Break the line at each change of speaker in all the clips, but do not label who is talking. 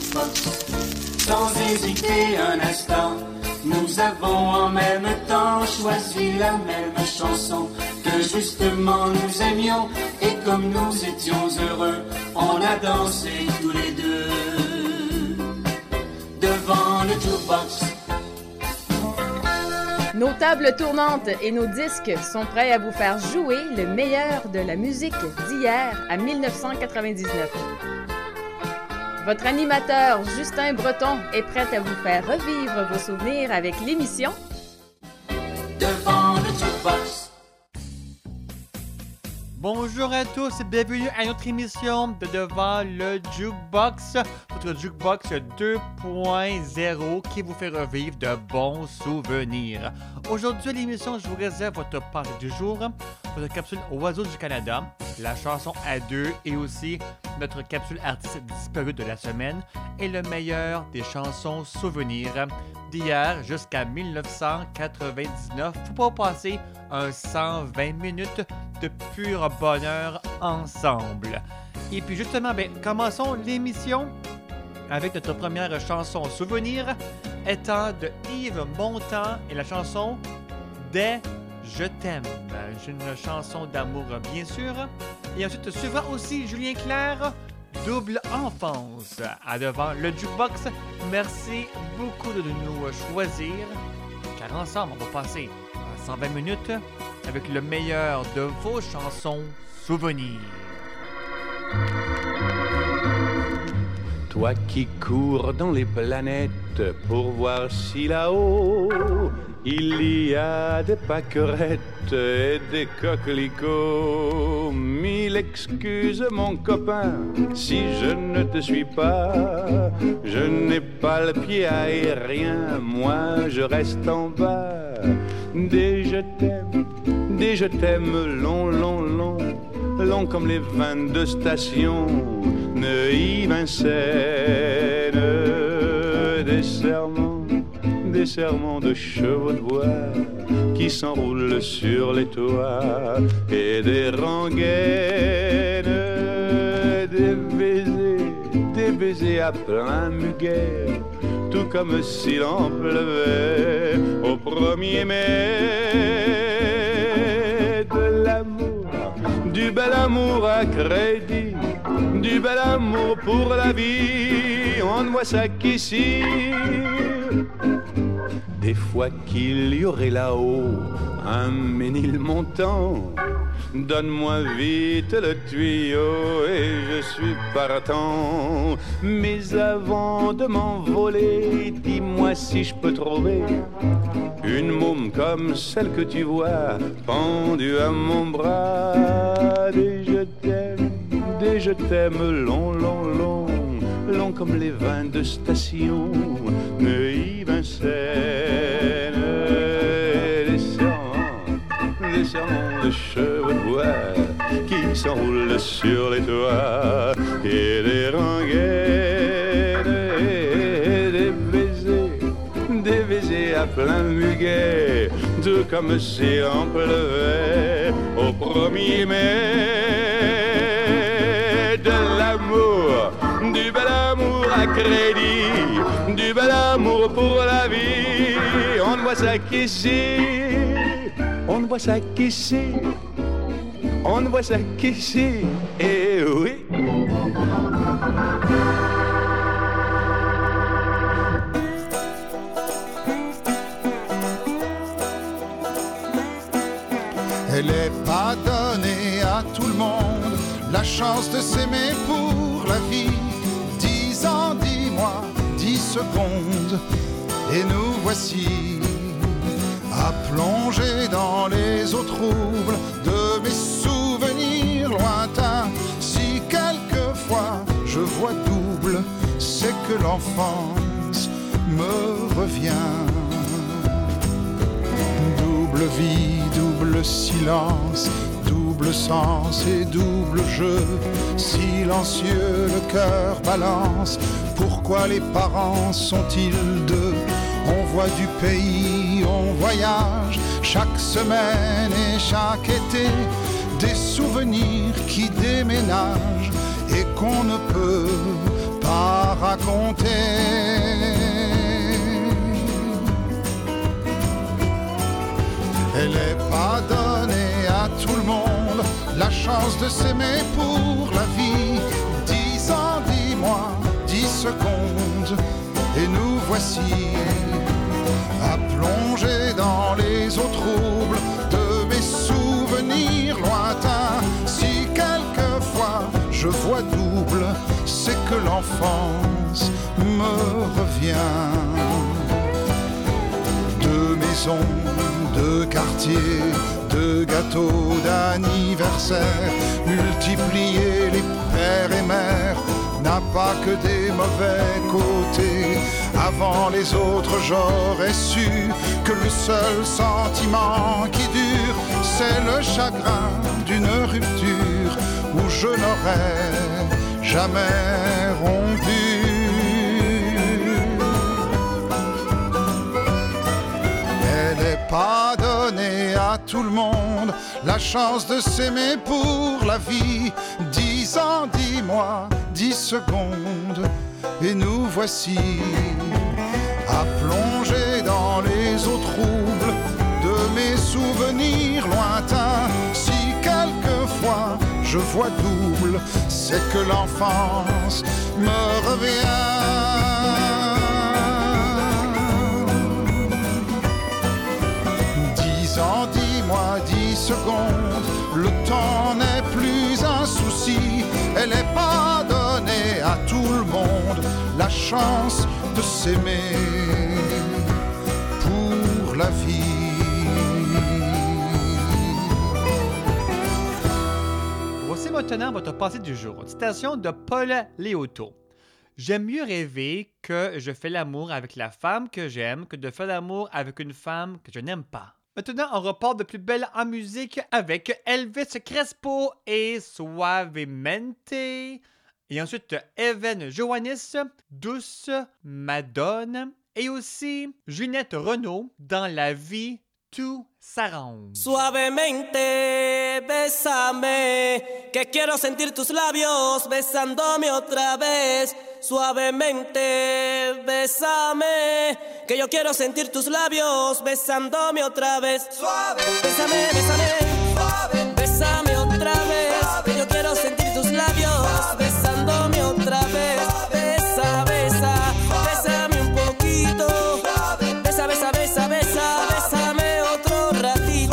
jukebox. Sans hésiter un instant, nous avons en même temps choisi la même chanson que justement nous aimions. Et comme nous étions heureux, on a dansé tous les deux devant le jukebox.
Nos tables tournantes et nos disques sont prêts à vous faire jouer le meilleur de la musique d'hier à 1999. Votre animateur Justin Breton est prêt à vous faire revivre vos souvenirs avec l'émission
Devant le jukebox.
Bonjour à tous et bienvenue à notre émission de Devant le Jukebox, votre Jukebox 2.0 qui vous fait revivre de bons souvenirs. Aujourd'hui à l'émission, je vous réserve votre partie du jour, votre capsule Oiseaux du Canada, la chanson à deux et aussi notre capsule artiste disparue de la semaine et le meilleur des chansons souvenirs d'hier jusqu'à 1999. Faut pas passer un 120 minutes de pur bonheur ensemble. Et puis justement, commençons l'émission avec notre première chanson souvenir étant de Yves Montand et la chanson Dès Je t'aime. C'est une chanson d'amour bien sûr. Et ensuite suivra aussi Julien Clerc, Double enfance. À devant le jukebox. Merci beaucoup de nous choisir car ensemble on va passer 120 minutes avec le meilleur de vos chansons souvenirs.
Toi qui cours dans les planètes pour voir si là-haut il y a des pâquerettes et des coquelicots. Mille excuses mon copain si je ne te suis pas. Je n'ai pas le pied aérien, moi je reste en bas. Dès je t'aime, long, long, long, long comme les 22 stations Neuilly, Vincennes. Des serments de chevaux de bois qui s'enroulent sur les toits et des rengaines, des baisers à plein muguet, tout comme s'il en pleuvait au 1er mai. De l'amour, du bel amour à crédit, du bel amour pour la vie, on ne voit ça qu'ici. Des fois qu'il y aurait là-haut un Ménilmontant, donne-moi vite le tuyau et je suis partant. Mais avant de m'envoler, dis-moi si je peux trouver une môme comme celle que tu vois pendue à mon bras. Dès je t'aime, long, long, long, long comme les 22 stations Neuilly, Vincennes. Des serments de chevaux de bois qui s'enroulent sur les toits et des rengaines et des baisers à plein muguet, tout comme s'il en pleuvait au 1er mai. De l'amour, du bel amour à crédit, du bel amour pour la vie, on ne voit ça qu'ici. On ne voit ça qu'ici, on ne voit ça qu'ici, et oui.
Elle n'est pas donnée à tout le monde, la chance de s'aimer pour la vie. 10 ans, 10 mois, 10 secondes, et nous voici à plonger dans les eaux troubles de mes souvenirs lointains. Si quelquefois je vois double, c'est que l'enfance me revient. Double vie, double silence, double sens et double jeu. Silencieux, le cœur balance. Pourquoi les parents sont-ils deux? On voit du pays, on voyage chaque semaine et chaque été. Des souvenirs qui déménagent et qu'on ne peut pas à raconter. Elle n'est pas donnée à tout le monde, la chance de s'aimer pour la vie. 10 ans, 10 mois, 10 secondes, et nous voici à plonger dans les eaux troubles de mes souvenirs lointains. Si quelquefois je vois double, c'est que l'enfance me revient. De maisons, de quartiers, de gâteaux d'anniversaire, multiplier les pères et mères n'a pas que des mauvais côtés. Avant les autres, j'aurais su que le seul sentiment qui dure, c'est le chagrin d'une rupture où je n'aurais jamais rompu. Elle n'est pas donnée à tout le monde, la chance de s'aimer pour la vie. 10 ans, 10 mois, 10 secondes, et nous voici à plonger dans les eaux troubles de mes souvenirs lointains. Si quelquefois je vois double, c'est que l'enfance me revient. 10 ans, 10 mois, 10 secondes, le temps n'est plus un souci. Elle n'est pas donnée à tout le monde, la chance de s'aimer pour la vie.
Voici maintenant votre pensée du jour. Une citation de Paul Léoto. J'aime mieux rêver que je fais l'amour avec la femme que j'aime que de faire l'amour avec une femme que je n'aime pas. Maintenant, on repart de plus belle en musique avec Elvis Crespo et Suavemente. Et ensuite, Even Johannes, Douce Madone. Et aussi, Ginette Renault, Dans la vie, tout s'arrange.
Suavemente, bésame, que quiero sentir tus labios besándome otra vez. Suavemente, bésame, que yo quiero sentir tus labios besándome otra vez. Suave, bésame, bésame, suave, bésame otra vez. Suave, que yo quiero sentir tus labios besándome otra vez. Besa, besa, bésame un poquito. Besa, besa, besa, besa, bésame otro ratito.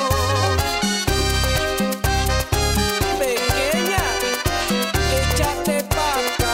Pequeña, échate pa' acá.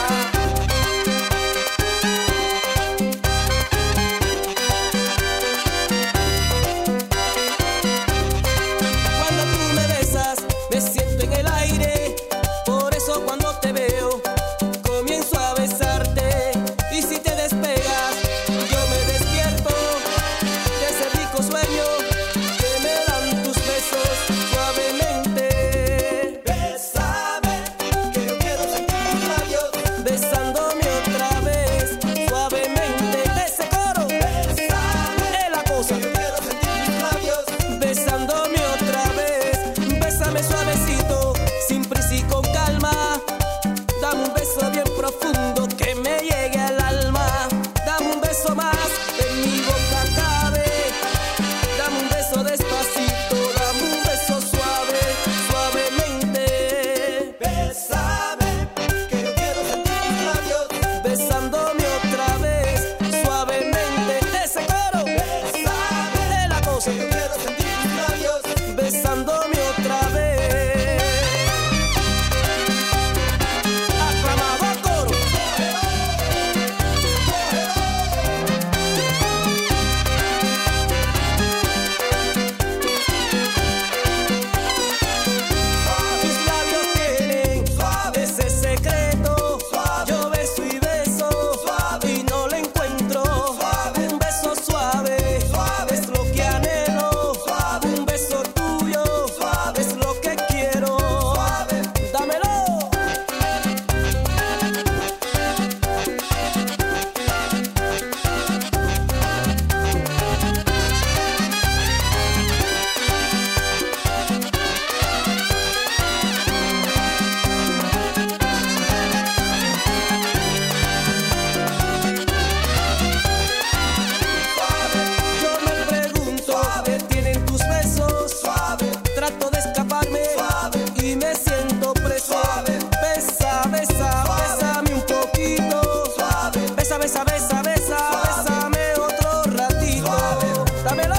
trato de escaparme suave, y me siento preso. Suave. Besa, besa, suave, bésame un poquito. Suave. Besa, besa, besa, besa, suave, bésame otro ratito. Suave. Dámelo.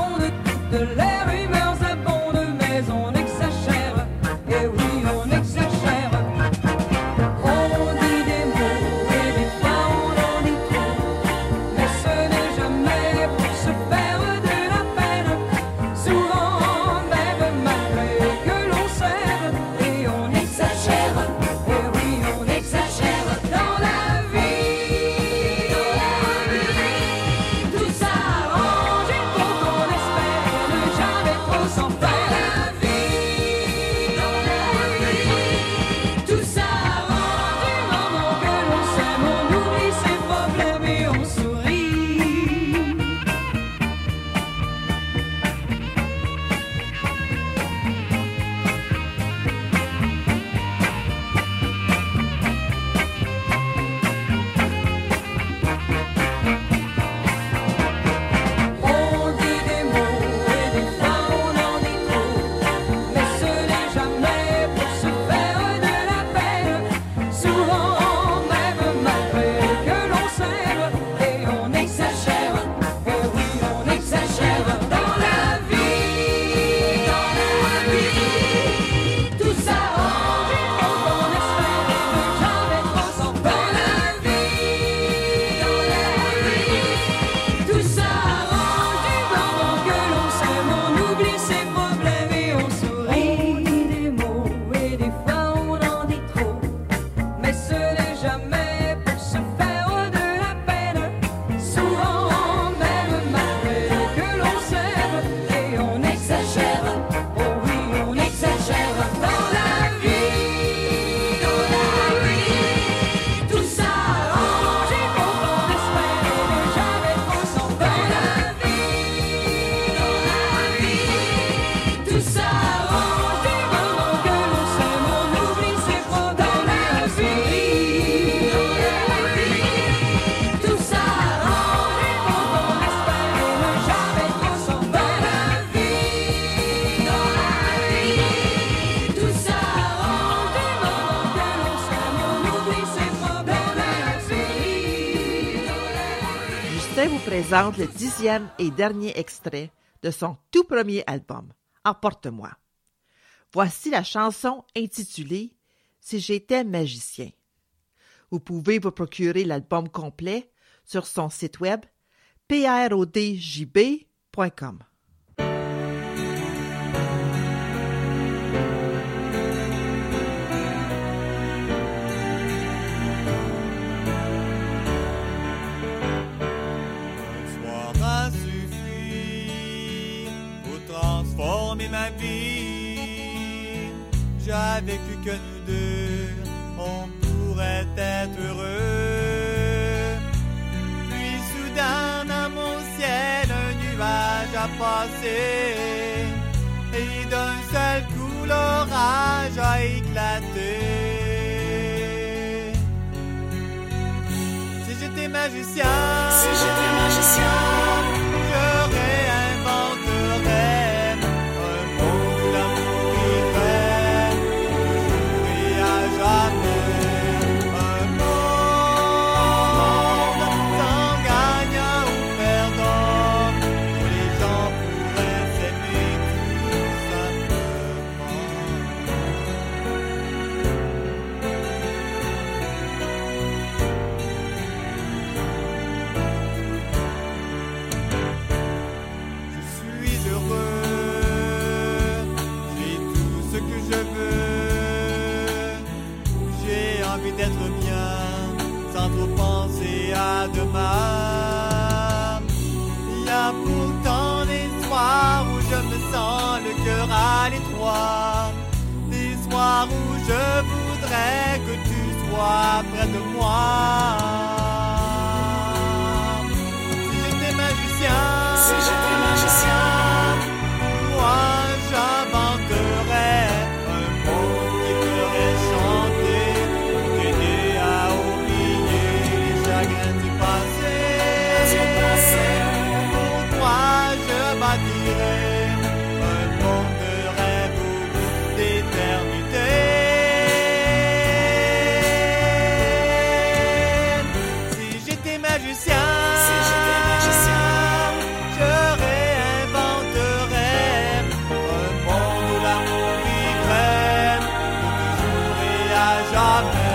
Les rumeurs abondent, mais on exagère. Et oui, on exagère. Justin vous présente le 10e et dernier extrait de son tout premier album, Emporte-moi. Voici la chanson intitulée « Si j'étais magicien ». Vous pouvez vous procurer l'album complet sur son site web prodjb.com.
Transformer ma vie. J'avais cru que nous deux, on pourrait être heureux. Puis soudain, dans mon ciel, un nuage a passé. Et d'un seul coup, l'orage a éclaté. Si j'étais magicien, j'aurais inventerais d'être bien, sans trop penser à demain. Il y a pourtant des soirs où je me sens le cœur à l'étroit, des soirs où je voudrais que tu sois près de moi. Si j'étais magicien, moi j'inventerais un monde qui ferait chanter du passé. Pour toi je bâtirai un monde de rêve au bout d'éternité. Si j'étais magicien, je réinventerais un monde où l'amour vivrait pour toujours et à jamais.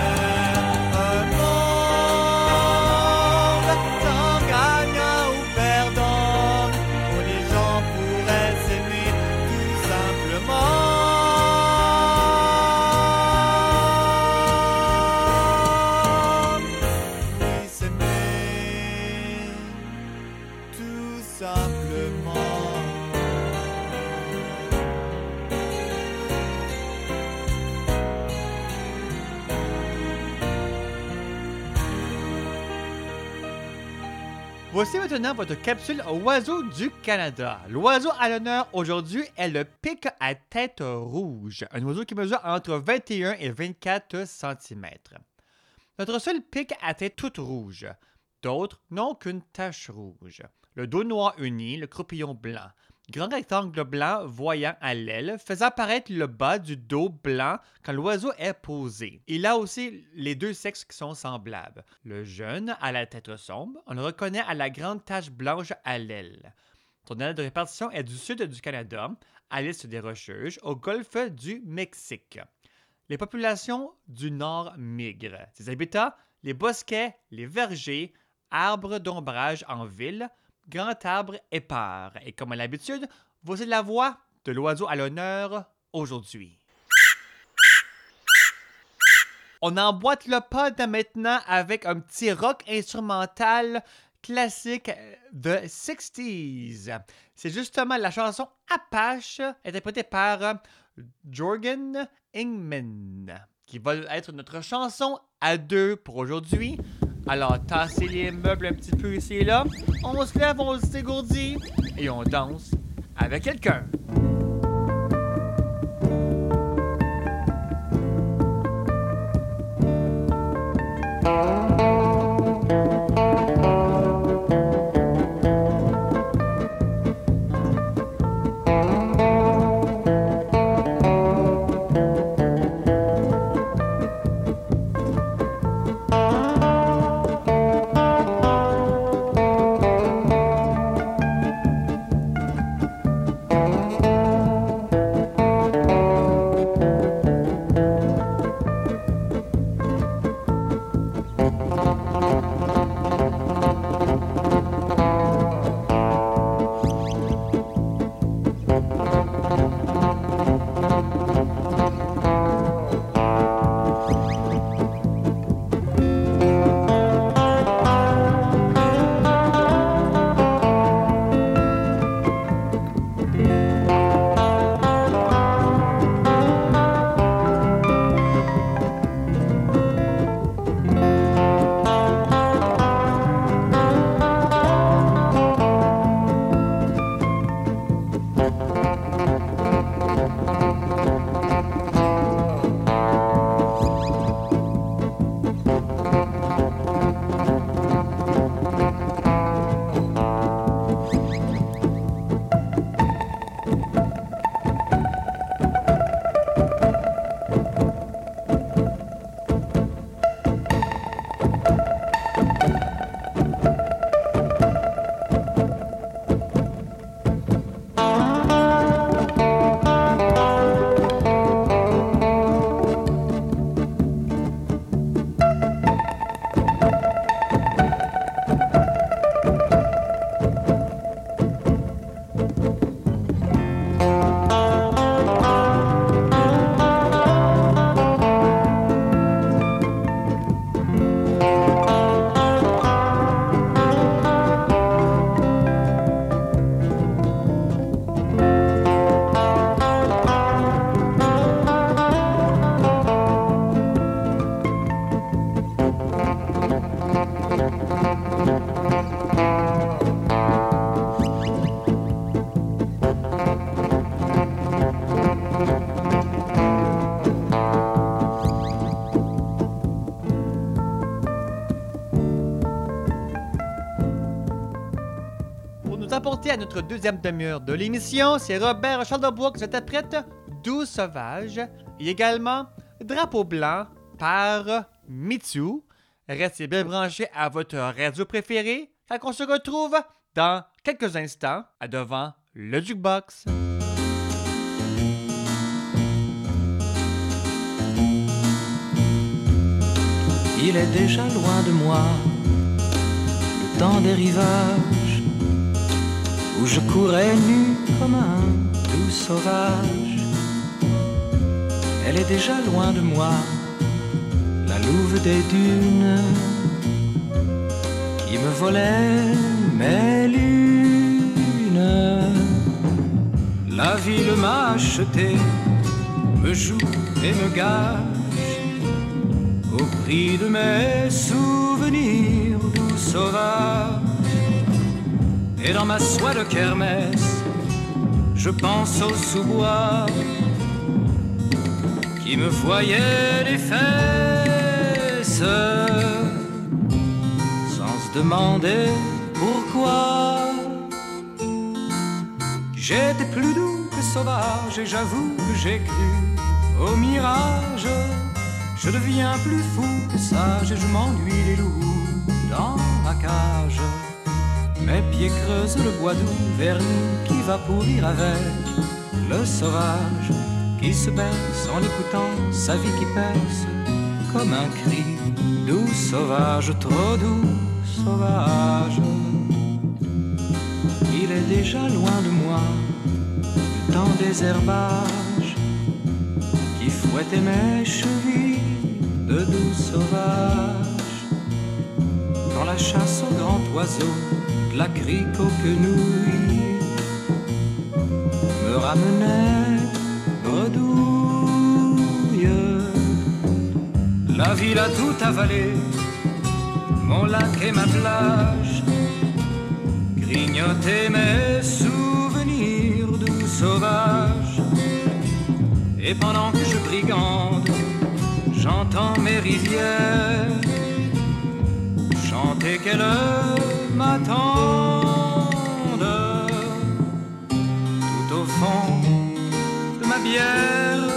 Voici maintenant votre capsule Oiseau du Canada. L'oiseau à l'honneur aujourd'hui est le pic à tête rouge, un oiseau qui mesure entre 21 et 24 cm. Notre seul pic à tête toute rouge. D'autres n'ont qu'une tache rouge. Le dos noir uni, le croupillon blanc. Grand rectangle blanc voyant à l'aile, faisant apparaître le bas du dos blanc quand l'oiseau est posé. Il a aussi les deux sexes qui sont semblables. Le jeune a la tête sombre, on le reconnaît à la grande tache blanche à l'aile. Son aire de répartition est du sud du Canada, à l'est des Rocheuses, au golfe du Mexique. Les populations du nord migrent. Ses habitats, les bosquets, les vergers, arbres d'ombrage en ville, grand arbre épars. Et comme à l'habitude, voici la voix de l'oiseau à l'honneur aujourd'hui. On emboîte le pas de maintenant avec un petit rock instrumental classique The 60s. C'est justement la chanson Apache, interprétée par Jorgen Ingman, qui va être notre chanson à deux pour aujourd'hui. Alors, tassez les meubles un petit peu ici et là. On se lève, on se dégourdit et on danse avec quelqu'un. à notre deuxième demi-heure de l'émission. C'est Robert Charlebois qui s'interprète Doux Sauvage et également Drapeau Blanc par Mitsu. Restez bien branchés à votre radio préférée car on se retrouve dans quelques instants à devant le Jukebox.
Il est déjà loin de moi le temps des rivages où je courais nu comme un doux sauvage. Elle est déjà loin de moi, la louve des dunes qui me volait mes lunes. La ville m'a acheté, me joue et me gage au prix de mes souvenirs doux sauvages. Et dans ma soie de kermesse, je pense aux sous-bois qui me voyaient les fesses sans se demander pourquoi. J'étais plus doux que sauvage et j'avoue que j'ai cru au mirage. Je deviens plus fou que sage et je m'ennuie les loups dans ma cage. Mes pieds creusent le bois doux verni qui va pourrir avec le sauvage qui se berce en écoutant sa vie qui perce comme un cri. Doux sauvage, trop doux sauvage. Il est déjà loin de moi le temps des herbages qui fouettait mes chevilles de doux sauvages. Quand la chasse aux grands oiseaux, de la crique aux quenouilles me ramenait bredouille. La ville a tout avalé, mon lac et ma plage, grignoté mes souvenirs doux sauvages. Et pendant que je brigande, j'entends mes rivières chanter qu'elles m'attendent tout au fond de ma bière.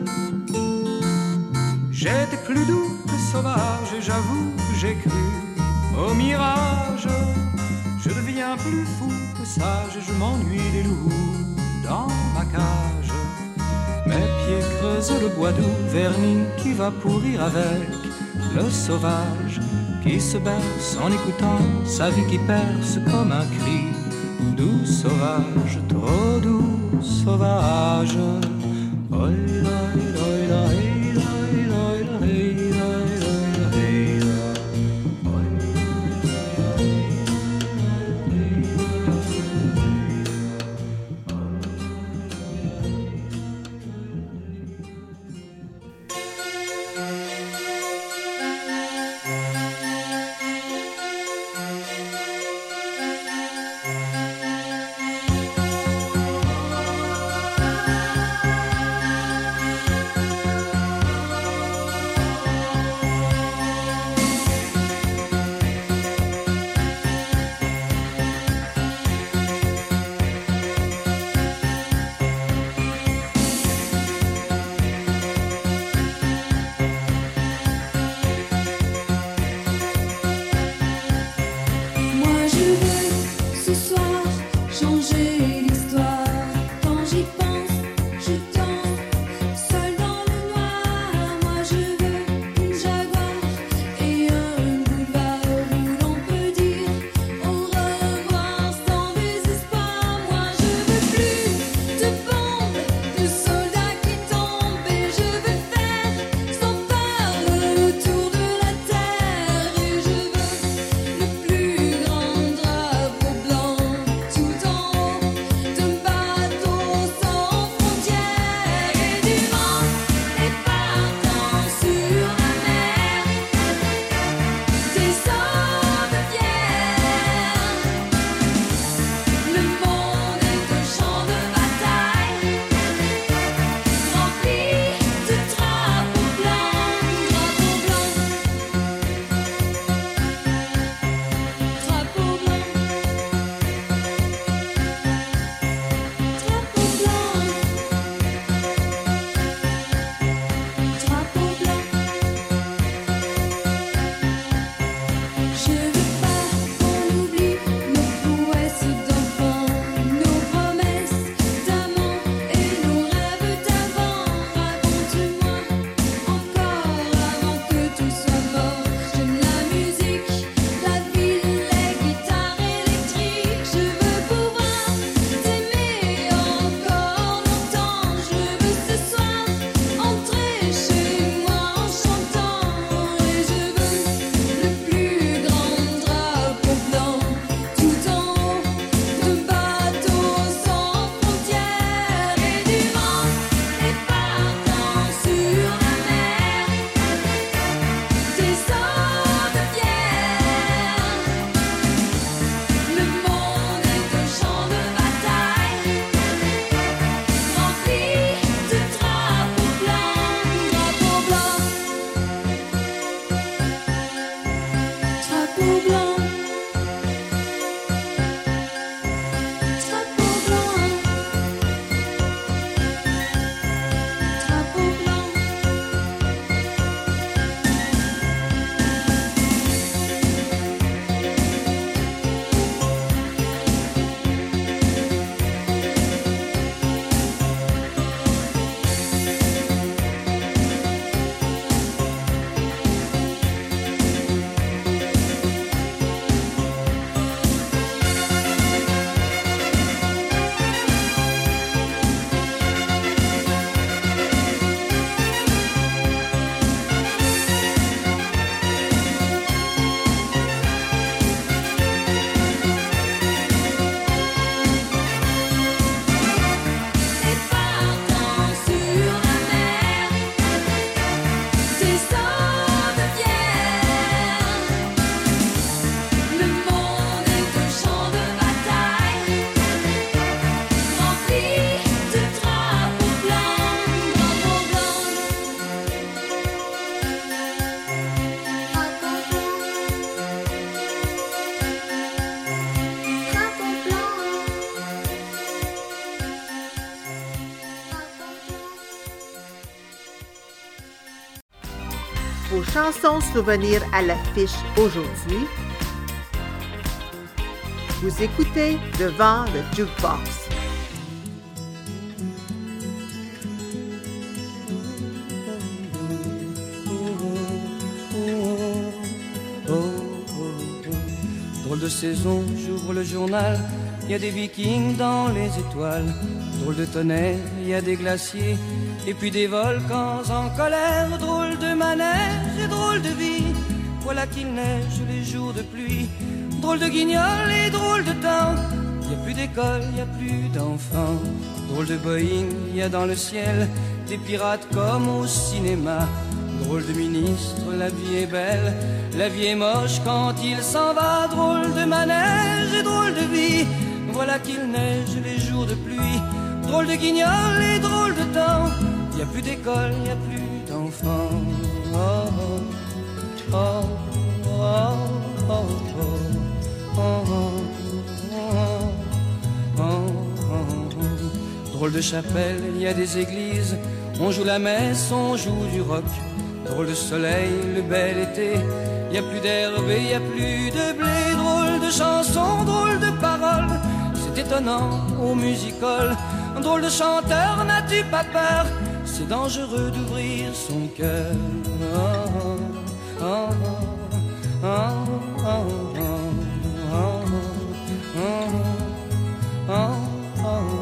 J'étais plus doux que sauvage et j'avoue que j'ai cru au mirage. Je deviens plus fou que sage et je m'ennuie des loups dans ma cage. Mes pieds creusent le bois doux verni qui va pourrir avec le sauvage qui se berce en écoutant sa vie qui perce comme un cri. Doux sauvage, trop doux sauvage.
vos chansons souvenirs à l'affiche aujourd'hui. Vous écoutez Devant le Jukebox.
Drôle de saison, j'ouvre le journal, il y a des vikings dans les étoiles. Drôle de tonnerre, il y a des glaciers, et puis des volcans en colère. Drôle de manège et drôle de vie, voilà qu'il neige les jours de pluie. Drôle de guignol et drôle de temps, il n'y a plus d'école, il n'y a plus d'enfants. Drôle de Boeing, il y a dans le ciel des pirates comme au cinéma. Drôle de ministre, la vie est belle, la vie est moche quand il s'en va. Drôle de manège et drôle de vie, voilà qu'il neige les jours de pluie. Drôle de guignol et drôle de temps, il n'y a plus d'école, il n'y a plus d'enfants. Oh, oh, oh, oh, oh, oh, oh, oh, oh. Drôle de chapelle, il y a des églises, on joue la messe, on joue du rock. Drôle de soleil, le bel été, y a plus d'herbe et y a plus de blé. Drôle de chanson, drôle de paroles, c'est étonnant au music-hall. Drôle de chanteur, n'as-tu pas peur? C'est dangereux d'ouvrir son cœur. Oh, oh, oh, oh, oh, oh, oh, oh, oh, oh.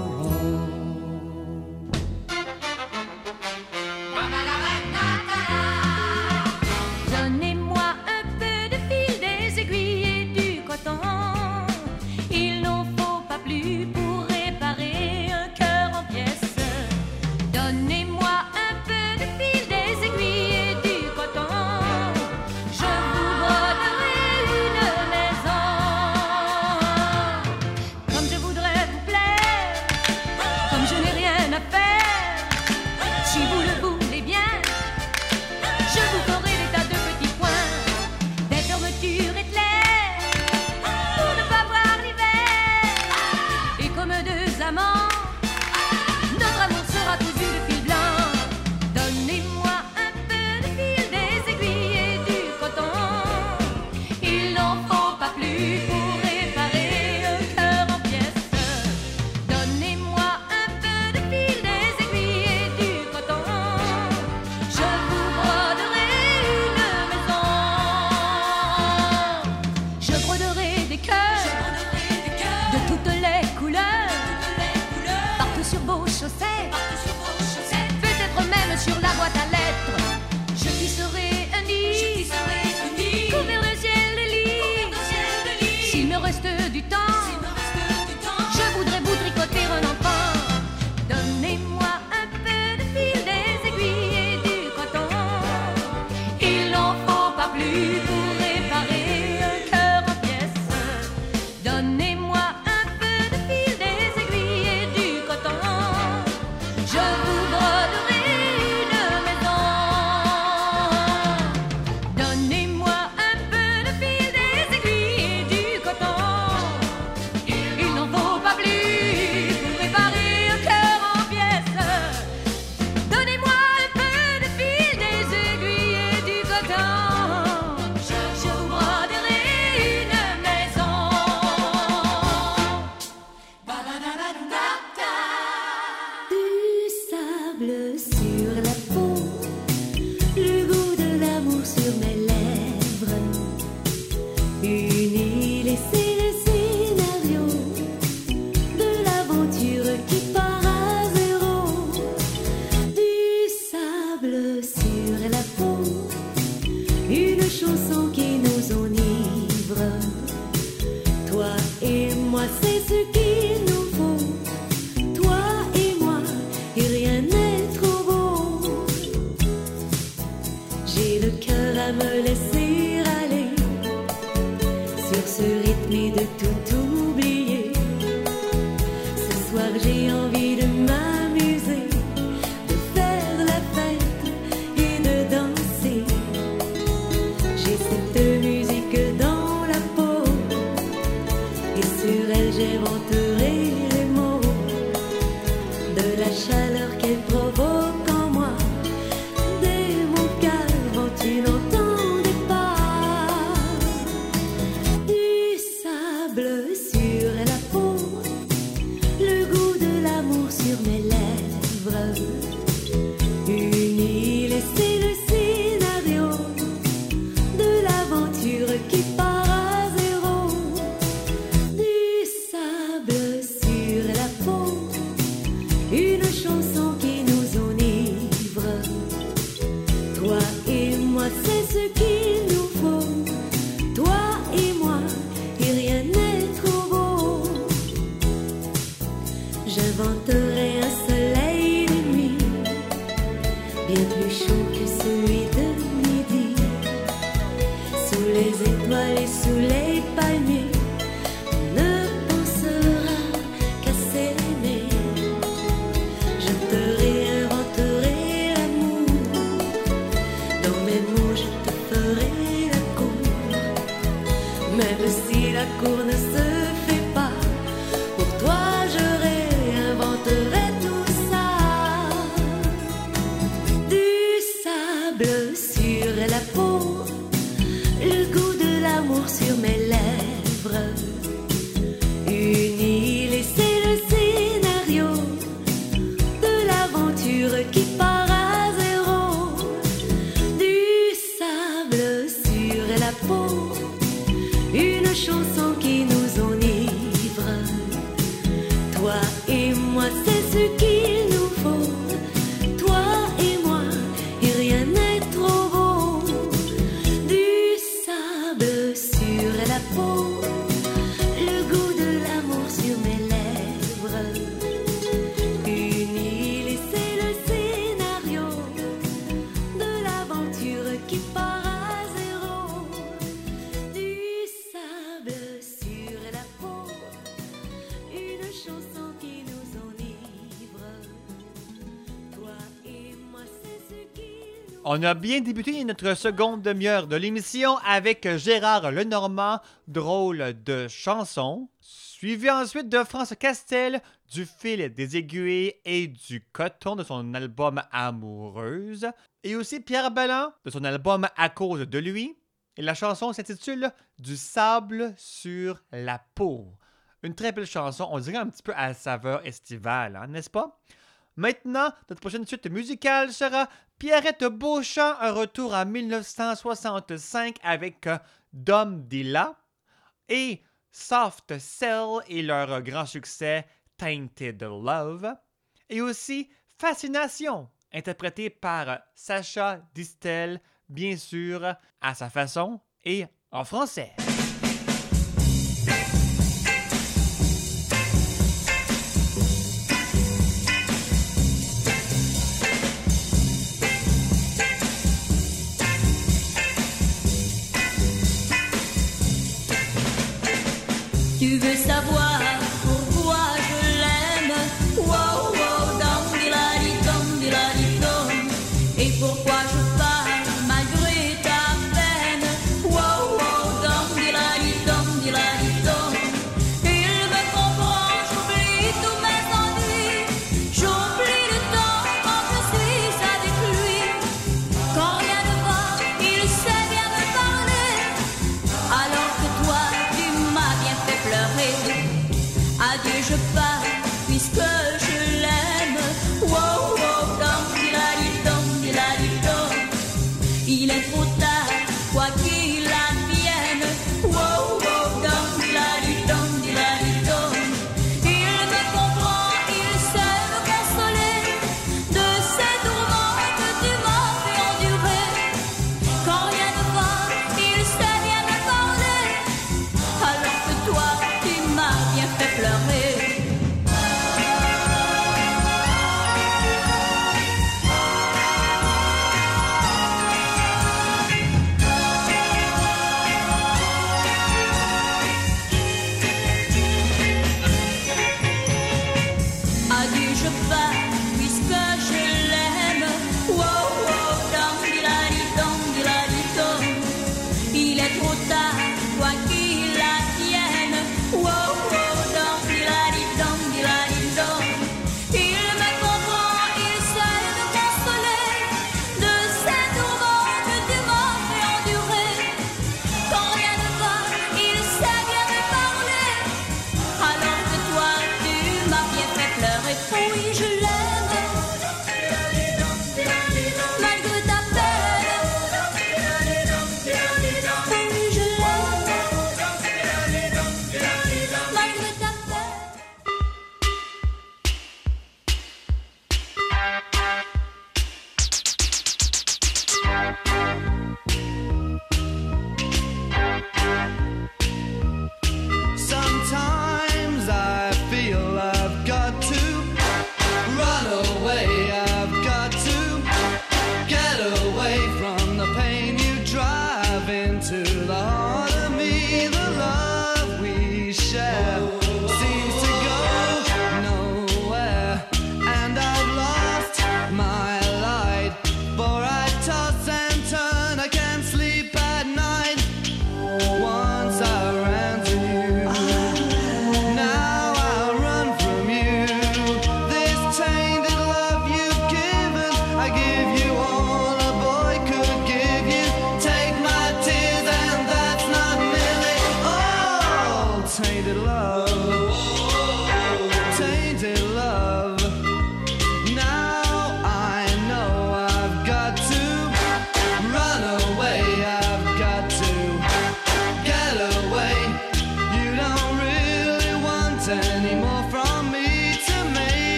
Chaleur qu'elle provoque en moi, dès mon cœur vent une les étoiles et sous les palmiers, on ne pensera qu'à s'aimer. Je te réinventerai l'amour, dans mes mots je te ferai la cour. Même si la cour ne se fait pas, pour toi je réinventerai tout ça. Du sable sur la peau, le goût de l'amour sur mes lèvres. Une île et c'est le scénario de l'aventure qui part à zéro. Du sable sur la peau, une chanson qui nous enivre. Toi et moi c'est ce qu'il nous faut. Toi et moi et rien n'est trop beau. Du sable sur la peau, le goût de l'amour sur mes lèvres. Une île et c'est le scénario de l'aventure qui part à zéro. Du sable sur la peau, une chanson qui nous enivre. Toi et moi c'est ce qu'il nous.
On a bien débuté notre seconde demi-heure de l'émission avec Gérard Lenormand, drôle de chanson, suivi ensuite de France Castel, du fil des aiguilles et du coton de son album Amoureuse, et aussi Pierre Balland de son album À cause de lui, et la chanson s'intitule Du sable sur la peau. Une très belle chanson, on dirait un petit peu à la saveur estivale, hein, n'est-ce pas? Maintenant, notre prochaine suite musicale sera Pierrette Beauchamp, un retour en 1965 avec Dom Dilla, et Soft Cell et leur grand succès Tainted Love, et aussi Fascination, interprété par Sacha Distel, bien sûr, à sa façon et en français.
Tu veux savoir pourquoi je l'aime? Wow, wow, dom, diladi, dom. Et pourquoi je parle malgré ta peine? Wow, wow, dom, diladi, dom. Il me comprend, j'oublie tous mes ennuis. J'oublie le temps quand je suis avec lui. Quand rien ne va, il sait bien me parler. Alors que toi, tu m'as bien fait pleurer. Adieu, je pars, puisque je l'aime. Wow, wow, dom, diladi, dom. Il est trop tard, quoi qu'il advienne. Wow, wow, dom, diladi, dom. Il me comprend, il sait me consoler de ces tourments que tu m'as fait endurer. Quand rien ne va, il sait bien me parler. Alors que toi, tu m'as bien fait pleurer.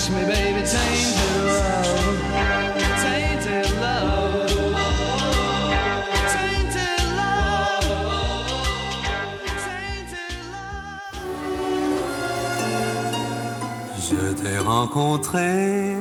touch me, baby, tainted love, tainted love, tainted love, tainted love. Je t'ai rencontré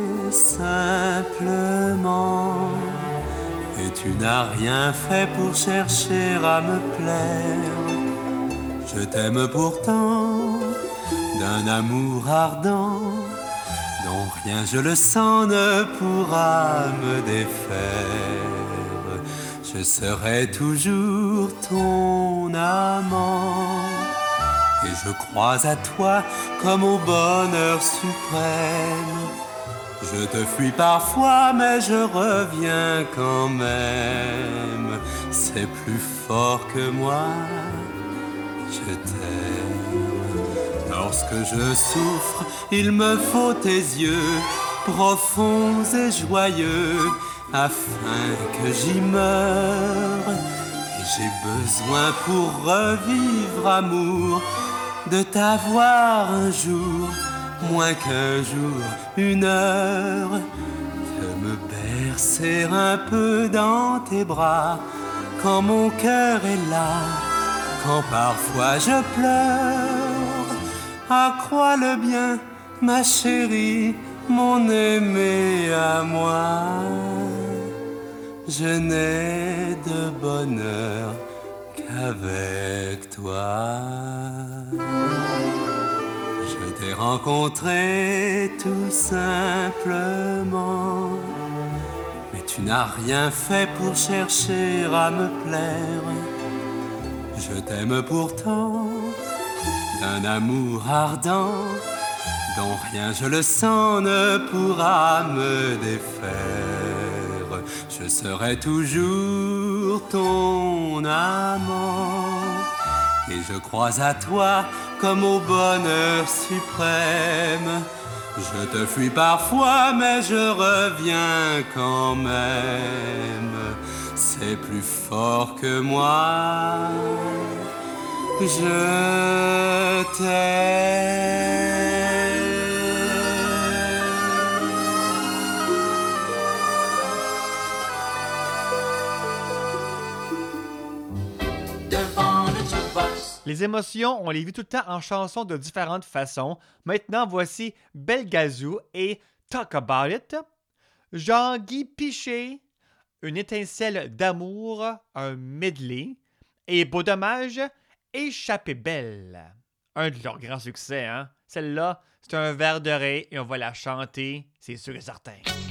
simplement et tu n'as rien fait pour chercher à me plaire. Je t'aime pourtant d'un amour ardent dont rien, je le sens, ne pourra me défaire. Je serai toujours ton amant et je crois à toi comme au bonheur suprême. Je te fuis parfois mais je reviens quand même. C'est plus fort que moi, je t'aime. Lorsque je souffre, il me faut tes yeux profonds et joyeux afin que j'y meure. Et j'ai besoin pour revivre amour de t'avoir un jour, moins qu'un jour, une heure, de me bercer un peu dans tes bras quand mon cœur est là, quand parfois je pleure. Ah, crois-le bien, ma chérie, mon aimé à moi, je n'ai de bonheur qu'avec toi. Je t'ai rencontré tout simplement, mais tu n'as rien fait pour chercher à me plaire. Je t'aime pourtant d'un amour ardent dont rien, je le sens, ne pourra me défaire. Je serai toujours ton amant et je crois à toi comme au bonheur suprême. Je te fuis parfois mais je reviens quand même. C'est plus fort que moi, je t'aime.
Devant le jukebox.
Les émotions, on les vit tout le temps en chansons de différentes façons. Maintenant, voici Belgazou et Talk About It. Jean-Guy Piché, Une étincelle d'amour, un medley. Et Beau Dommage, Échappée belle. Un de leurs grands succès, hein? Celle-là, c'est un verre de riz et on va la chanter, c'est sûr et certain.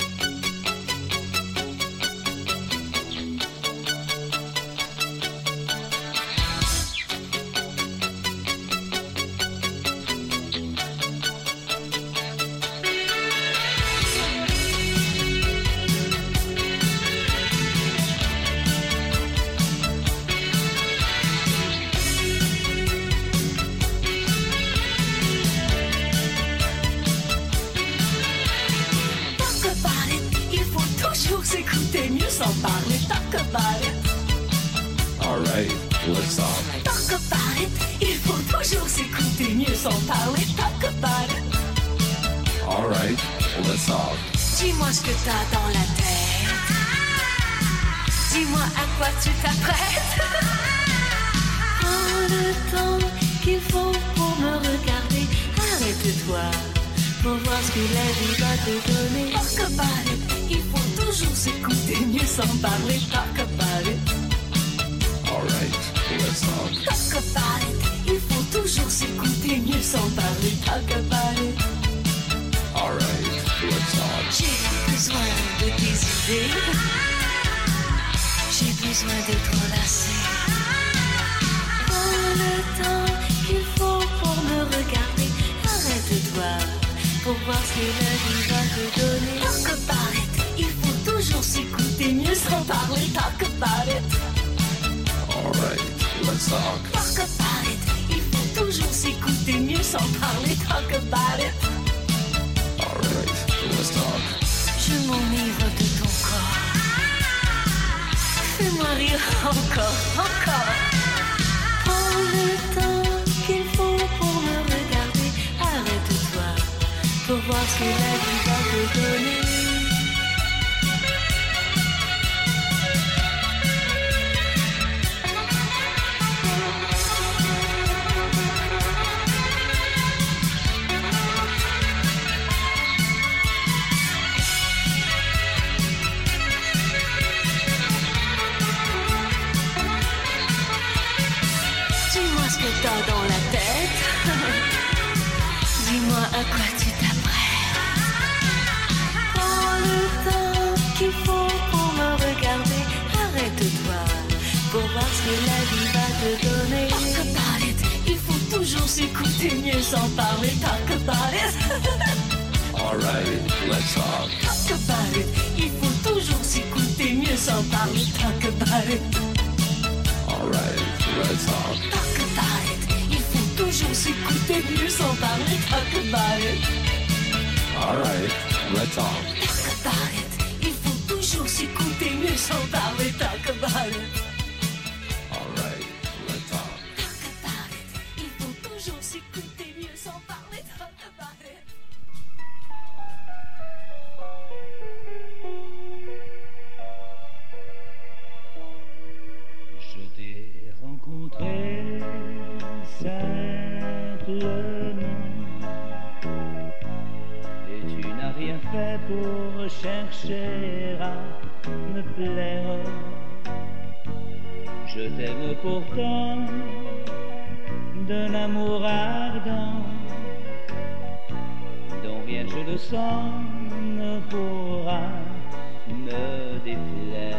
S'écouter mieux sans parler, talk about it.
Alright, let's talk.
Talk about it. Il faut toujours s'écouter mieux sans parler, talk about it.
Alright, let's talk.
Dis-moi ce que t'as dans la tête. Dis-moi à quoi tu t'apprêtes. Prends le temps qu'il faut pour me regarder. Arrête-toi pour voir ce que la vie va te donner. Talk about it. Il faut toujours s'écouter mieux sans parler. Talk about it.
Alright, let's talk.
Talk about it. Il faut toujours s'écouter mieux sans parler. Talk about it.
Alright, let's talk.
J'ai besoin de tes idées. J'ai besoin d'être enlacé. Prends le temps qu'il faut pour me regarder. Arrête-toi pour voir ce que la vie va te donner. Talk about it. Il faut toujours s'écouter mieux sans parler. Talk about it.
Alright, let's talk.
Talk about it. Il faut toujours s'écouter mieux sans parler. Talk about it.
Alright, let's talk.
Je m'enivre de ton corps. Fais-moi rire encore, encore. Prends le temps qu'il faut pour me regarder. Arrête-toi pour voir ce que la vie va te donner. Dis-moi ce que t'as dans la tête. Dis-moi à quoi tu t'apprêtes. Prends le temps qu'il faut pour me regarder. Arrête-toi pour voir ce que la vie va te donner. Talk about it. Il faut toujours s'écouter, mieux sans parler. Talk about it.
Alright, let's talk.
Talk about it. Il faut toujours s'écouter, mieux sans parler. Talk about it.
Alright, let's talk.
Talk about it. Il faut toujours s'écouter, mieux sans parler. Talk about it.
Alright, let's talk.
Talk about it. Il faut toujours s'écouter, mieux sans parler. Talk about it.
Alright, let's talk.
Talk about it. Il faut toujours s'écouter, mieux sans parler. Talk about it.
Je t'ai rencontré simplement et tu n'as rien fait pour chercher à me plaire. Je t'aime pourtant d'un amour ardent dont rien je le sens ne pourra me déplaire.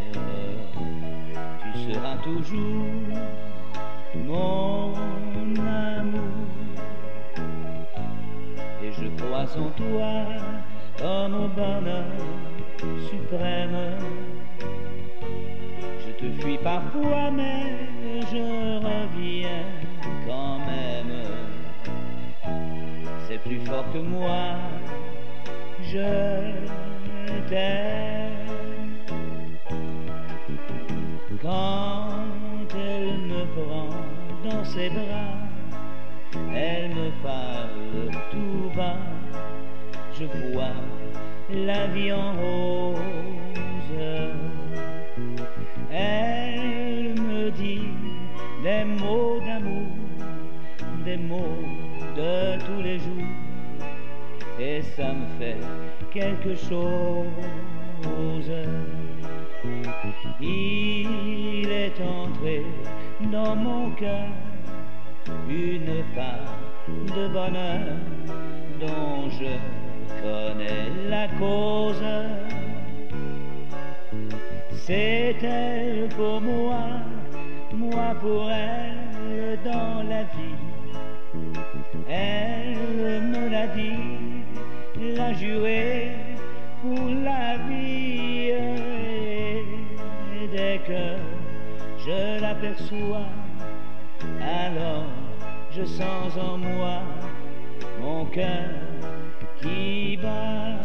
Tu seras toujours mon amour et je crois en toi comme au bonheur suprême. Je te fuis parfois mais je reviens quand même. C'est plus fort que moi, je t'aime. Quand elle me prend dans ses bras, elle me parle tout bas. Je vois la vie en rose. Elle me dit des mots d'amour, des mots de tous les jours, et ça me fait quelque chose. Il est entré dans mon cœur une part de bonheur dont je connais la cause. C'est elle pour moi, moi pour elle dans la vie. Elle me l'a dit, l'a juré pour la vie. Et dès que je l'aperçois, alors je sens en moi mon cœur qui bat.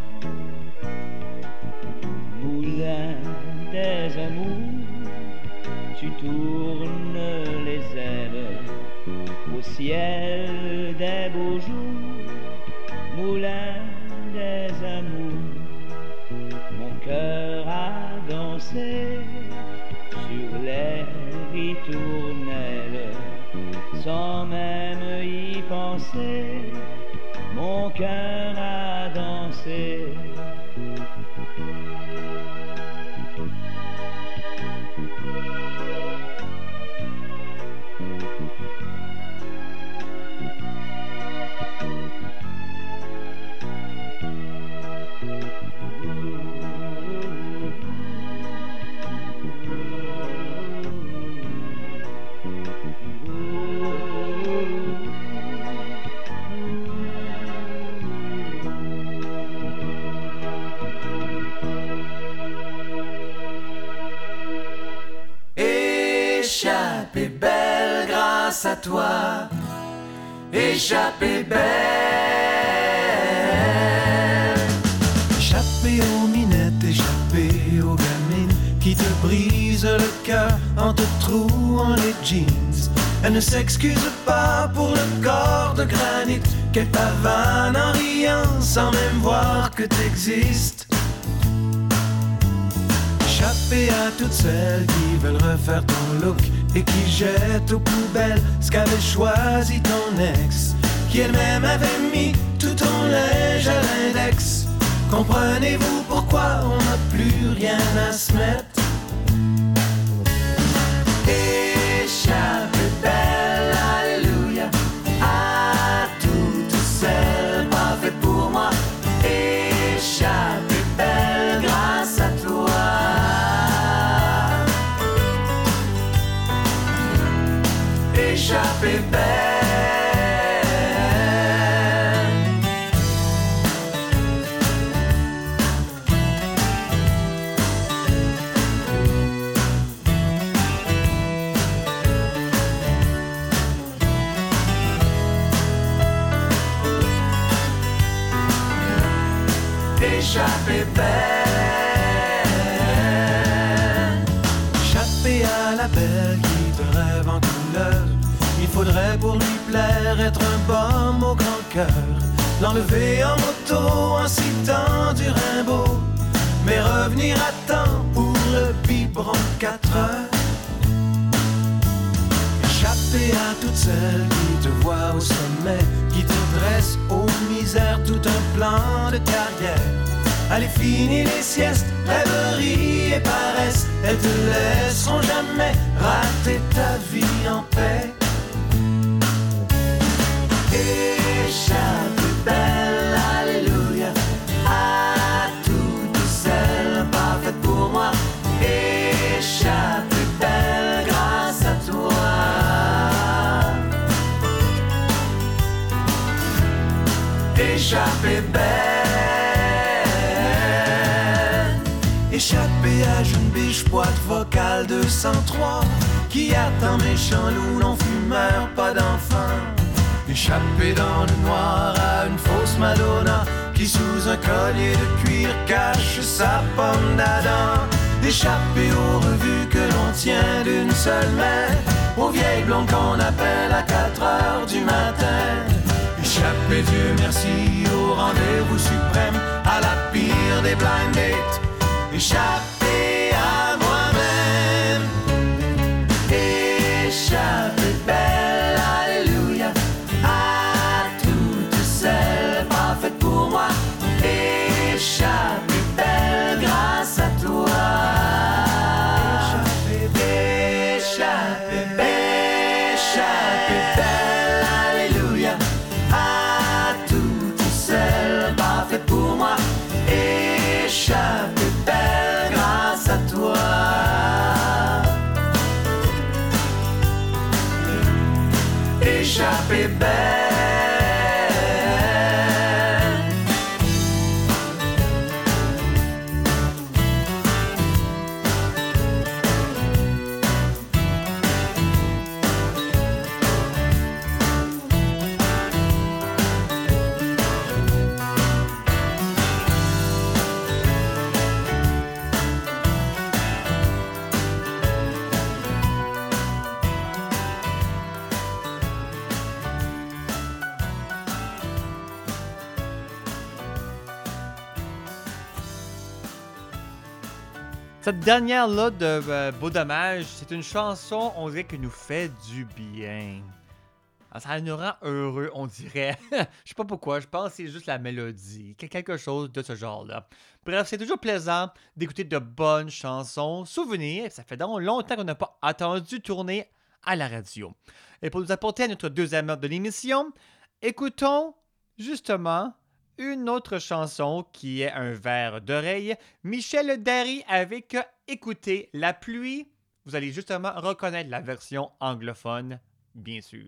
Moulin des amours, tu tournes les ailes au ciel des beaux jours. Moulin des amours, mon cœur a dansé sur les ritournelles sans même y penser. Mon cœur a dansé.
Échappée belle grâce à toi, échappée belle. Échappée aux minettes, échappée aux gamines qui te brisent le cœur en te trouant les jeans. Elle ne s'excuse pas pour le corps de granit qu'elle pavane en riant.
rien sans même voir que t'existes. Échapper à toutes celles qui veulent refaire ton look et qui jettent aux poubelles ce qu'avait choisi ton ex, qui elle-même avait mis tout ton linge à l'index. Comprenez-vous pourquoi on n'a plus rien à se mettre? Échappez belle, alléluia, à toutes celles pas faites pour moi. Échappez belle grâce à toi. Échappez belle. Échappez belle. Échappez à la belle qui te rêve en couleur. Il faudrait pour lui plaire être un baume au grand cœur, l'enlever en moto en citant du Rimbaud, mais revenir à temps pour le biberon 4 heures. Échapper à toutes celles qui te voient au sommet, qui te dressent aux misères tout un plan de carrière. Allez, finis les siestes, rêverie et paresse, elles te laisseront jamais rater ta vie en paix. Échappez belle, alléluia, à toutes celles pas faites pour moi. Échappez belle grâce à toi. Échappez belle. Échappez à jeune biche, boîte vocale 203, qui attend méchant loup, non fumeur, pas d'enfant. Échappé dans le noir à une fausse Madonna, qui sous un collier de cuir cache sa pomme d'Adam. Échappé aux revues que l'on tient d'une seule main, aux vieilles blondes qu'on appelle à 4 heures du matin. Échappé, Dieu merci, au rendez-vous suprême, à la pire des blind dates. Échappé à moi-même. Échappé belle, alléluia, à toutes celles pas faites pour moi. Échappé belle grâce à toi. Échappé belle, échappé belle, alléluia, à toutes celles pas faites pour moi. Échappé belle grâce à toi. Échappé belle.
Cette dernière-là de Beau Dommage, c'est une chanson, on dirait, qui nous fait du bien. Alors, ça nous rend heureux, on dirait. Je sais pas pourquoi, je pense que c'est juste la mélodie, quelque chose de ce genre-là. Bref, c'est toujours plaisant d'écouter de bonnes chansons, souvenirs. Ça fait donc longtemps qu'on n'a pas entendu tourner à la radio. Et pour nous apporter à notre deuxième heure de l'émission, écoutons justement une autre chanson qui est un verre d'oreille. Michel Darry avec Écoutez la pluie. Vous allez justement reconnaître la version anglophone, bien sûr.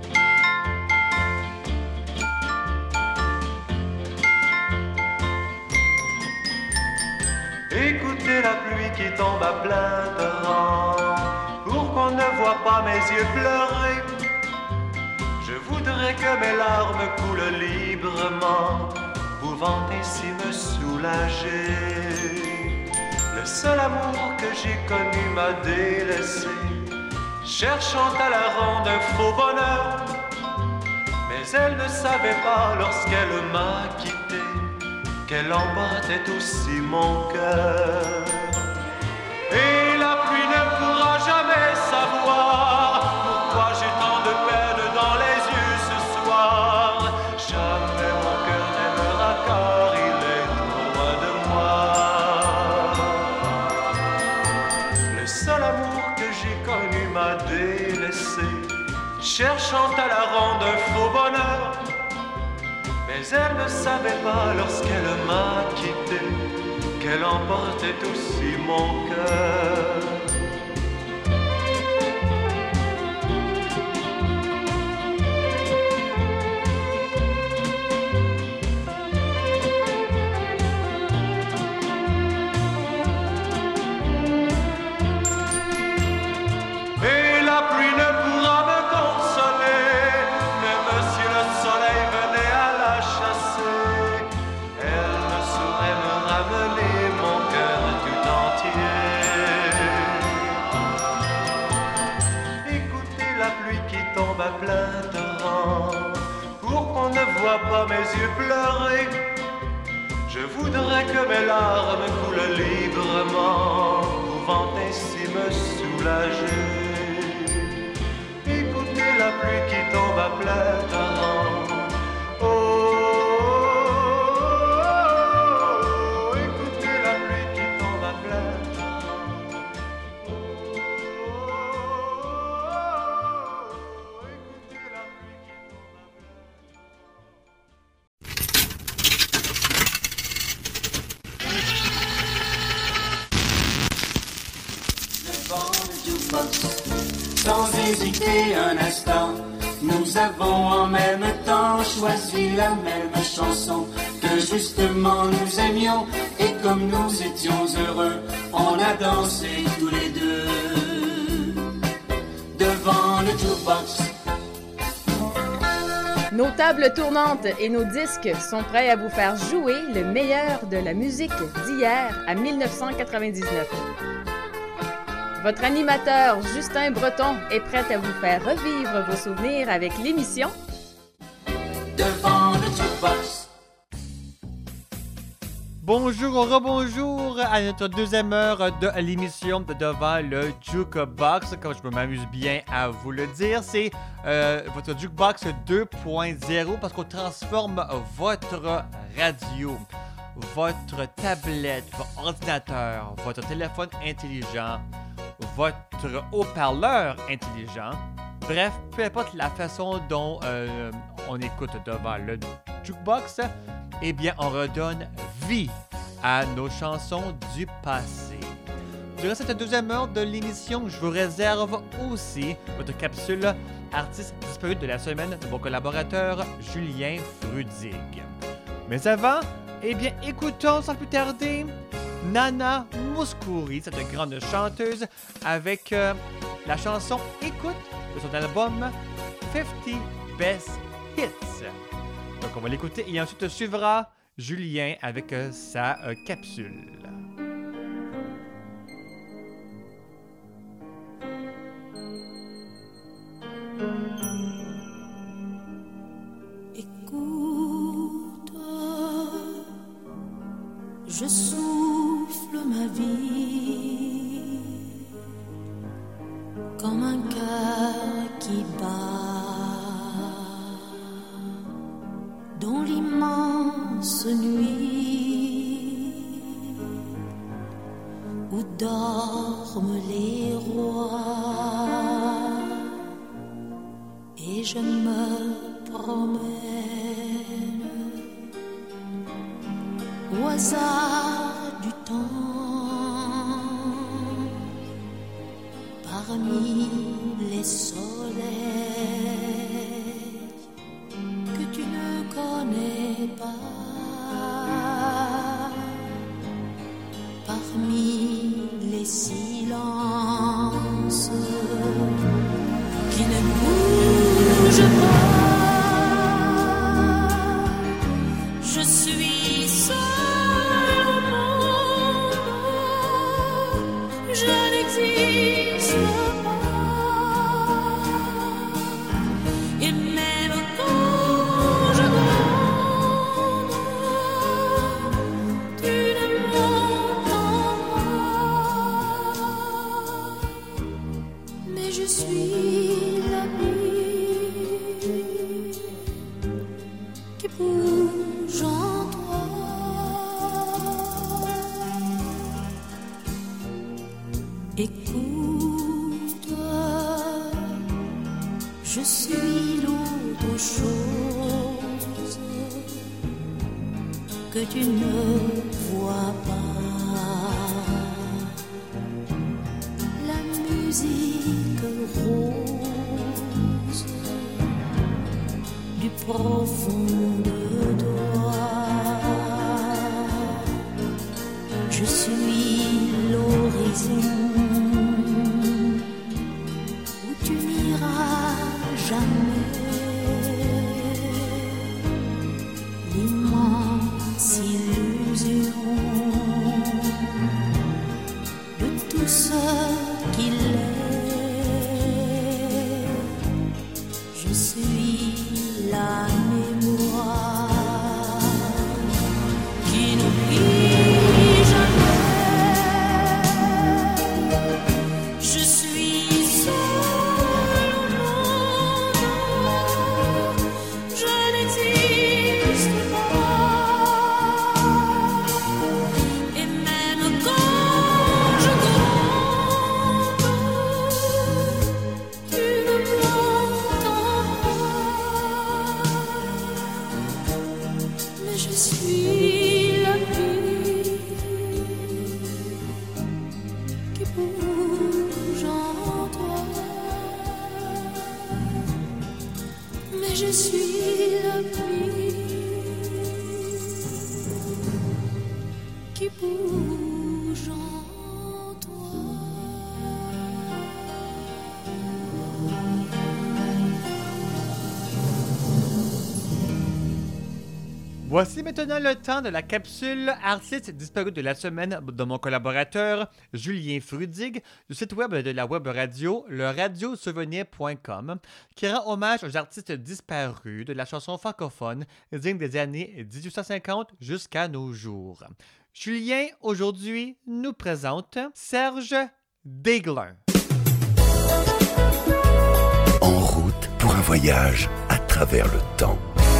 Écoutez la pluie qui tombe à plein torrent, pour qu'on ne voit pas mes yeux pleurer. Je voudrais que mes larmes coulent librement, pouvant ainsi me soulager. Le seul amour que j'ai connu m'a délaissé, cherchant à la ronde un faux bonheur. Mais elle ne savait pas lorsqu'elle m'a quitté qu'elle emportait aussi mon cœur. Et la pluie ne pourra jamais savoir pourquoi j'ai tant de peine dans les yeux ce soir. Jamais mon cœur n'aimera car il est trop loin de moi. Le seul amour que j'ai connu m'a délaissé, cherchant à la rendre un faux bonheur. Mais elle ne savait pas lorsqu'elle m'a quitté qu'elle emportait aussi mon cœur. Et la pluie ne pourra me consoler, même si le soleil venait à la chasser. Elle ne saurait me ramener mon cœur tout entier. Écoutez la pluie qui tombe à plein torrent, pour qu'on ne voit pas mes yeux pleurer. Je voudrais que mes larmes coulent librement, pouvant ainsi me soulager. Écoutez la pluie qui tombe à plein torrent. Oh, oh, oh, écoutez la pluie qui tombe à plein torrent. Oh, écoutez la pluie qui tombe à plein
Sans hésiter un instant, nous avons en même temps choisi la même chanson que justement nous aimions. Et comme nous étions heureux, on a dansé tous les deux devant le jukebox.
Nos tables tournantes et nos disques sont prêts à vous faire jouer le meilleur de la musique d'hier à 1999. Votre animateur Justin Breton est prêt à vous faire revivre vos souvenirs avec l'émission
Devant le jukebox.
Bonjour, rebonjour à notre deuxième heure de l'émission de Devant le Jukebox. Comme je m'amuse bien à vous le dire, c'est votre Jukebox 2.0 parce qu'on transforme votre radio, votre tablette, votre ordinateur, votre téléphone intelligent, votre haut-parleur intelligent. Bref, peu importe la façon dont on écoute devant le jukebox, eh bien, on redonne vie à nos chansons du passé. Durant cette deuxième heure de l'émission, je vous réserve aussi votre capsule artiste disparu de la semaine de mon collaborateur Julien Frudig. Mais avant, eh bien, écoutons sans plus tarder Nana Mouskouri, cette grande chanteuse, avec la chanson Écoute de son album 50 Best Hits. Donc on va l'écouter et ensuite suivra Julien avec sa capsule.
Écoute, je souffle ma vie comme un cœur qui bat dans l'immense nuit où dorment les rois, et je me promène au hasard du temps parmi les soleils que tu ne connais pas, parmi les silences qui ne bougent pas. Je suis seule au monde, je n'existe pas. Et même quand Écoute, je suis l'autre chose que tu ne vois pas. La musique rose du profond de toi. Je suis l'horizon où tu n'iras jamais. L'immense illusion de tout ce qu'il est. Je suis la mémoire qui n'oublie jamais. Je suis seule au monde, je n'existe pas. Et même quand je gronde, tu ne m'entends pas. Mais je suis la vie qui bouge en toi. Mais je suis la vie qui bouge en toi.
Voici maintenant le temps de la capsule artiste disparue de la semaine de mon collaborateur Julien Frudig du site web de la web radio, leradiosouvenir.com, qui rend hommage aux artistes disparus de la chanson francophone digne des années 1850 jusqu'à nos jours. Julien, aujourd'hui, nous présente Serge Desglin.
En route pour un voyage à travers le temps.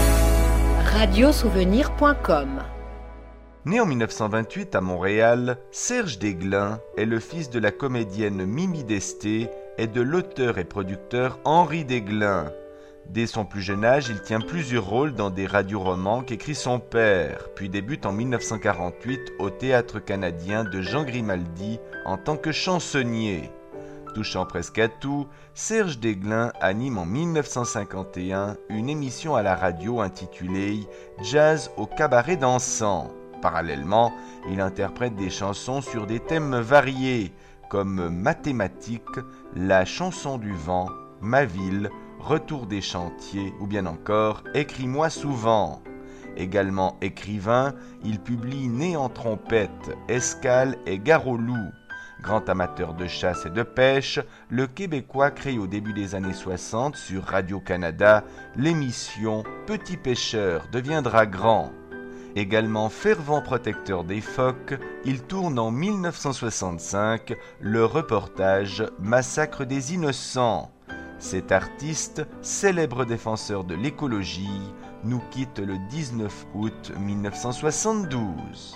Radiosouvenir.com.
Né en 1928 à Montréal, Serge Desglin est le fils de la comédienne Mimi Desté et de l'auteur et producteur Henri Desglin. Dès son plus jeune âge, il tient plusieurs rôles dans des radioromans qu'écrit son père, puis débute en 1948 au Théâtre canadien de Jean Grimaldi en tant que chansonnier. Touchant presque à tout, Serge Desglin anime en 1951 une émission à la radio intitulée « Jazz au cabaret dansant ». Parallèlement, il interprète des chansons sur des thèmes variés, comme Mathématiques, La chanson du vent, Ma ville, Retour des chantiers ou bien encore Écris-moi souvent. Également écrivain, il publie Né en trompette, Escale et Gare au loup. Grand amateur de chasse et de pêche, le Québécois crée au début des années 60 sur Radio-Canada l'émission Petit pêcheur deviendra grand. Également fervent protecteur des phoques, il tourne en 1965 le reportage Massacre des innocents. Cet artiste, célèbre défenseur de l'écologie, nous quitte le 19 août 1972.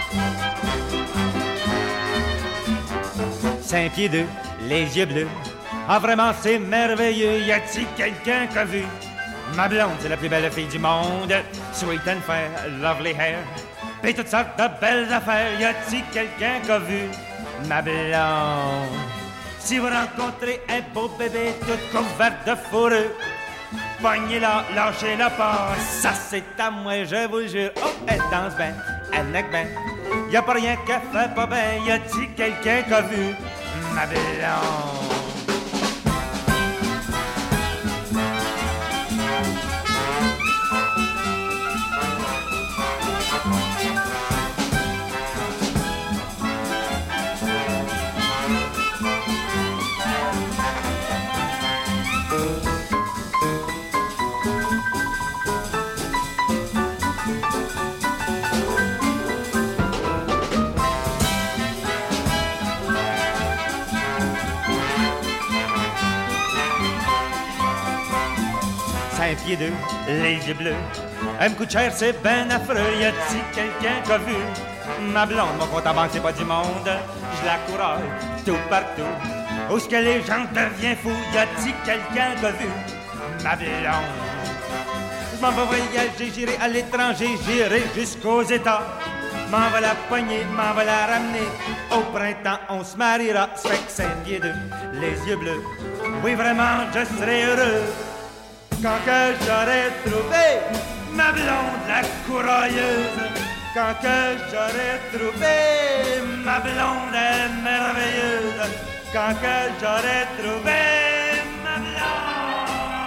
5 pieds 2, les yeux bleus. Ah vraiment c'est merveilleux, y a-t-il quelqu'un qui a vu? Ma blonde c'est la plus belle fille du monde. Sweet and fair, lovely hair, pis toutes sortes de belles affaires. Y a-t-il quelqu'un qui a vu? Ma blonde. Si vous rencontrez un beau bébé tout couvert de fourrure, pognez-la, lâchez-la pas. Ça c'est à moi, je vous jure. Oh, elle danse bien, elle neck bien. Y'a pas rien qu'elle fait pas bien. Y a-t-il quelqu'un qui a vu ma blonde? Un pied 2, les yeux bleus. Elle me coûte cher, c'est ben affreux. Y a-t-il quelqu'un qui a vu Ma blonde, mon compte en banque, c'est pas du monde. Je la couraille tout partout. Où est-ce que les gens deviennent fous? Y a-t-il quelqu'un qui a vu ma blonde? Je m'en vais voyager, j'irai à l'étranger, j'irai jusqu'aux États. M'en va la poigner, m'en va la ramener. Au printemps, on se mariera. Ça fait que Saint-Dié-deux, les yeux bleus. Oui, vraiment, je serai heureux quand que j'aurai trouvé ma blonde, la courailleuse. Quand que j'aurai trouvé ma blonde, merveilleuse. Quand que j'aurai trouvé ma blonde.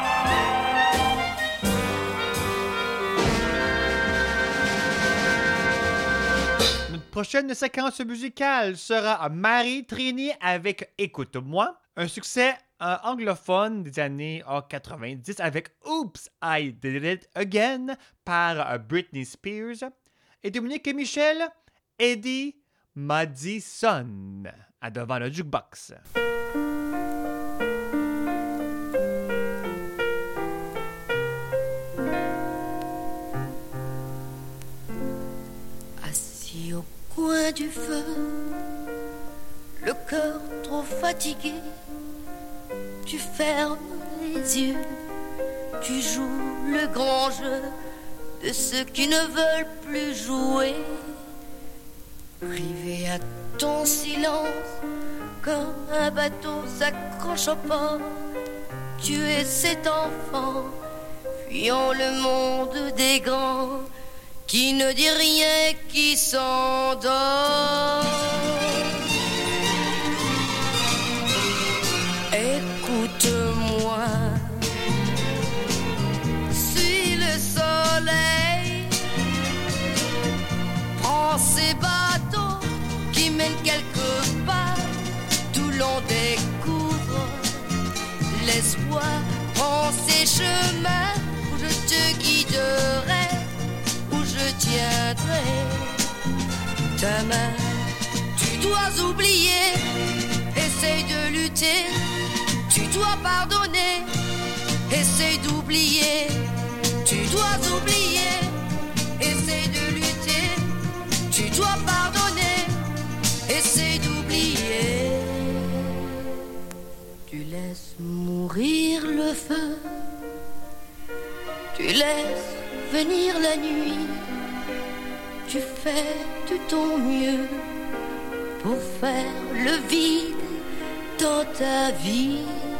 Notre prochaine séquence musicale sera Marie Trini avec Écoute-moi, un succès anglophone des années 90 avec Oops, I Did It Again par Britney Spears, et Dominique et Michel, Eddie Madison, à devant le jukebox.
Assis au coin du feu, le cœur trop fatigué, tu fermes les yeux, tu joues le grand jeu de ceux qui ne veulent plus jouer. Privé à ton silence, comme un bateau s'accroche au port, tu es cet enfant, fuyant le monde des grands, qui ne dit rien, qui s'endort. Écoute-moi, suis le soleil, prends ces bateaux qui mènent quelque part, d'où l'on découvre l'espoir. Prends ces chemins où je te guiderai, où je tiendrai ta main. Tu dois oublier, essaye de lutter. Tu dois pardonner, essaye d'oublier. Tu dois oublier, essaye de lutter. Tu dois pardonner, essaye d'oublier. Tu laisses mourir le feu, tu laisses venir la nuit. Tu fais de ton mieux pour faire le vide dans ta vie.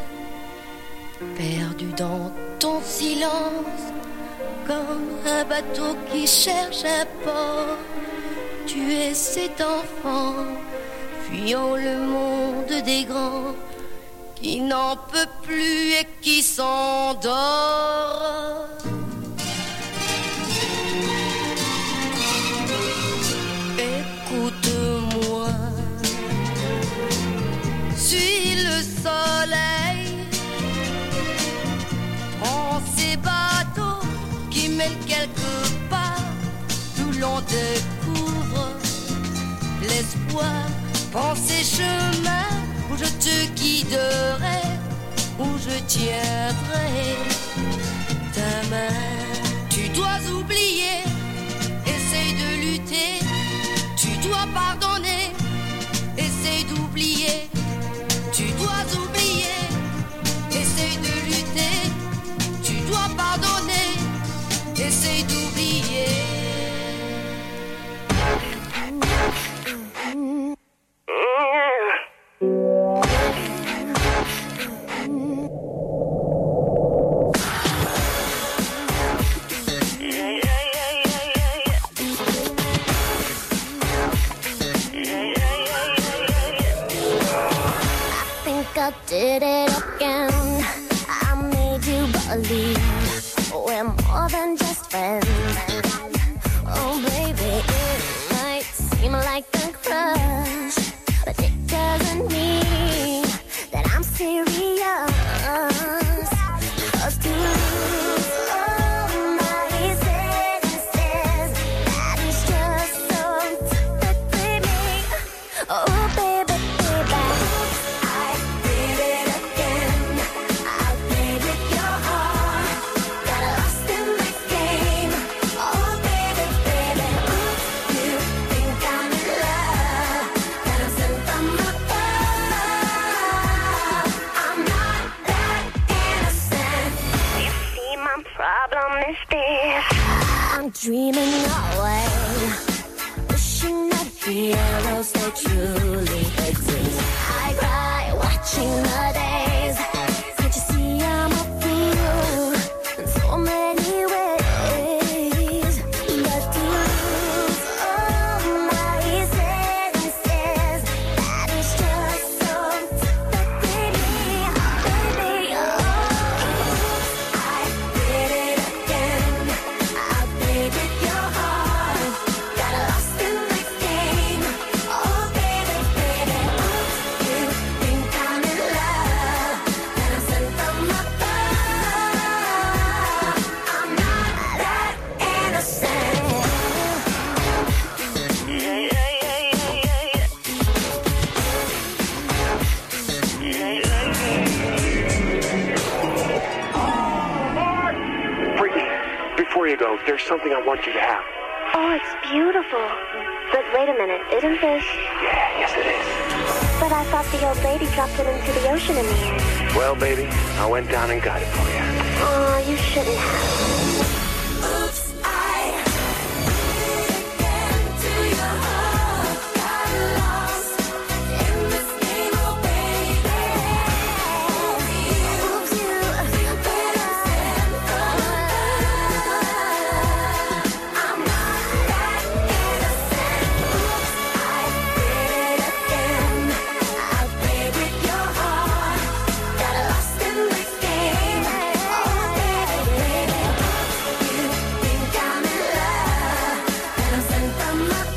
Perdu dans ton silence, comme un bateau qui cherche un port, tu es cet enfant, fuyant le monde des grands, qui n'en peut plus et qui s'endort. Écoute-moi, suis le soleil, prends ces bateaux qui mènent quelque part, d'où l'on découvre l'espoir. Prends ces chemins où je te guiderai, où je tiendrai ta main. Tu dois oublier, essaye de lutter. Tu dois pardonner, essaye d'oublier. Tu dois oublier, essaye de lutter. Tu dois pardonner, essaye d'oublier.
I did it again. I made you believe we're more than just friends. Oh baby, it might seem like a crush, but it doesn't mean that I'm serious. 'Cause to lose all my senses, that is just so typically me. Oh baby, baby. Think dreaming away, wishing that heroes they truly exist. I cry watching the days. Can't you see I'm a fool in so many ways? But to lose all my senses, that is just so baby, baby, oh, I did it again. I played with your heart, got lost in this game. Oh baby, baby, you think I'm in love, and I'm sent from above. I'm not that innocent.
Brittany, before you go, there's something I want you to have.
Oh, it's beautiful. But wait a minute, isn't this?
Yeah, yes it is.
But I thought the old lady dropped it into the ocean in the end.
Well, baby, I went down and got it for you.
Oh, you shouldn't have. Oops, I to your heart, got lost in this game, oh baby. Oops, you better stand from above. I'm not that innocent. Oops, I did it again. I played with your heart, got lost in this game. Oh baby, baby, you think I'm in love, and I'm sent from above.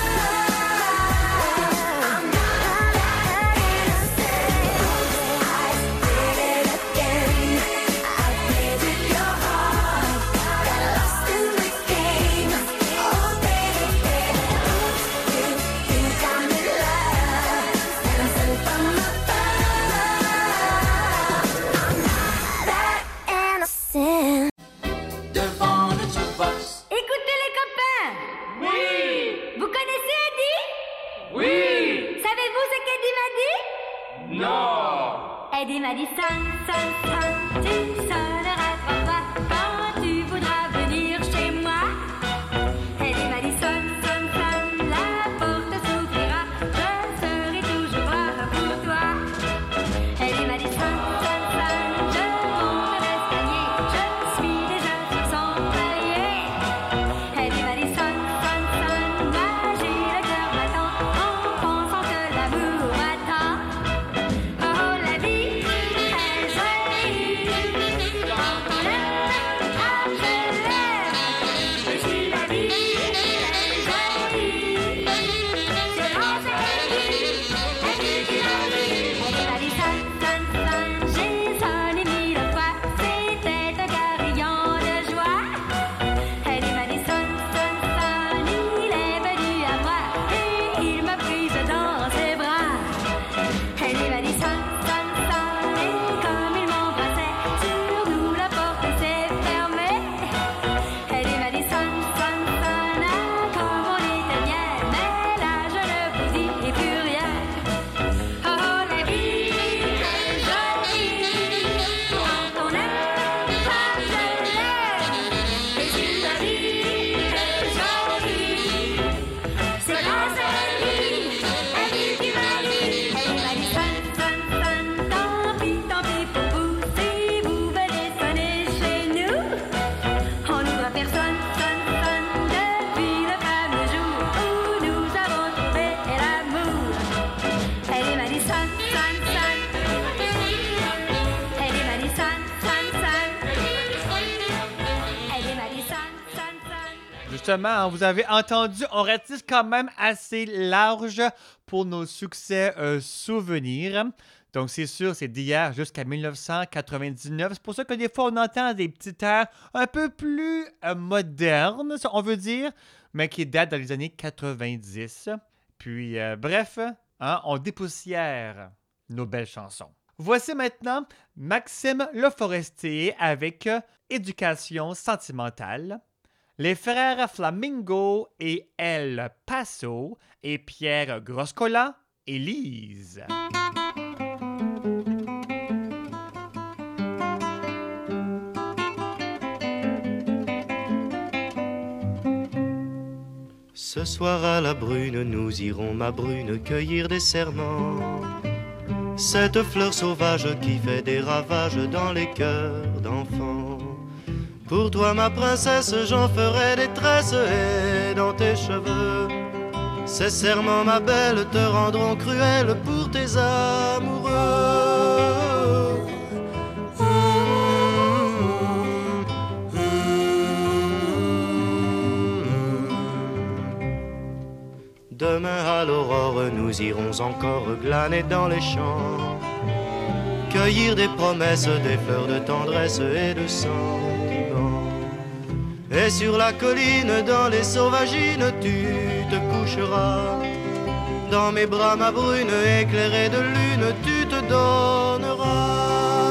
I'm not that innocent. I did it again. I played with your heart, got lost in this game. Oh baby, baby, you think I'm in love, and I'm sent from above. I'm not that innocent.
Devant le jukebox,
Écoutez les copains.
Oui.
Vous connaissez Eddie?
Oui.
Savez-vous ce qu'Eddie m'a dit?
Non.
Eddie m'a dit sonne, sonne, sonne, tu sonneras 3 fois quand tu voudras venir chez moi. Eddie m'a dit sonne, sonne, sonne, la porte s'ouvrira, je serai toujours là pour toi. Eddie m'a dit sonne, sonne, sonne, je monte l'escalier, je suis déjà sur son palier. Eddie m'a dit sonne, sonne, sonne, moi j'ai le cœur battant en pensant que l'amour m'attend. Oh la vie est jolie quand on l'aime comme je l'aime. Et si la vie est jolie, c'est grâce à Eddie qui l'a dit. Eddie m'a dit sonne, sonne, sonne, j'ai sonné 1000 fois, c'était un carillon de joie. Eddie m'a dit sonne, sonne, sonne, il est venu à moi et il m'a prise dans ses bras. Eddie m'a dit sonne, sonne, sonne, et comme il m'embrassait, sur nous la porte s'est fermée. Eddie m'a dit sonne, sonne, sonne, ah, comme on était bien, mais là je ne vous dis plus rien. Oh la vie est jolie quand on aime comme je l'aime. Et si la vie est jolie, c'est grâce à Eddie qui m'a dit. Eddie m'a dit sonne, sonne, sonne, tant pis pour vous, si vous venez sonner chez nous. On ne doit faire sonne, sonne, sonne, depuis le fameux jour où nous avons trouvé l'amour. Eddie m'a dit sonne, sonne, sonne. Eddie m'a dit sonne, sonne, sonne. Eddie m'a dit sonne, sonne, sonne.
Justement, hein, vous avez entendu, on ratisse quand même assez large pour nos succès souvenirs. Donc, c'est sûr, c'est d'hier jusqu'à 1999. C'est pour ça que des fois, on entend des petits airs un peu plus modernes, ça, on veut dire, mais qui datent dans les années 90. Puis, bref, hein, on dépoussière nos belles chansons. Voici maintenant Maxime Le Forestier avec Éducation sentimentale. Les frères Flamingo et El Paso et Pierre Groscola et Lise.
Ce soir à la brune, nous irons, ma brune, cueillir des serments. Cette fleur sauvage qui fait des ravages dans les cœurs d'enfants. Pour toi, ma princesse, j'en ferai des tresses et dans tes cheveux. Ces serments, ma belle, te rendront cruelle pour tes amoureux. Demain à l'aurore, nous irons encore glaner dans les champs, cueillir des promesses, des fleurs de tendresse et de sentiments. Et sur la colline, dans les sauvagines, tu te coucheras. Dans mes bras, ma brune, éclairée de lune, tu te donneras.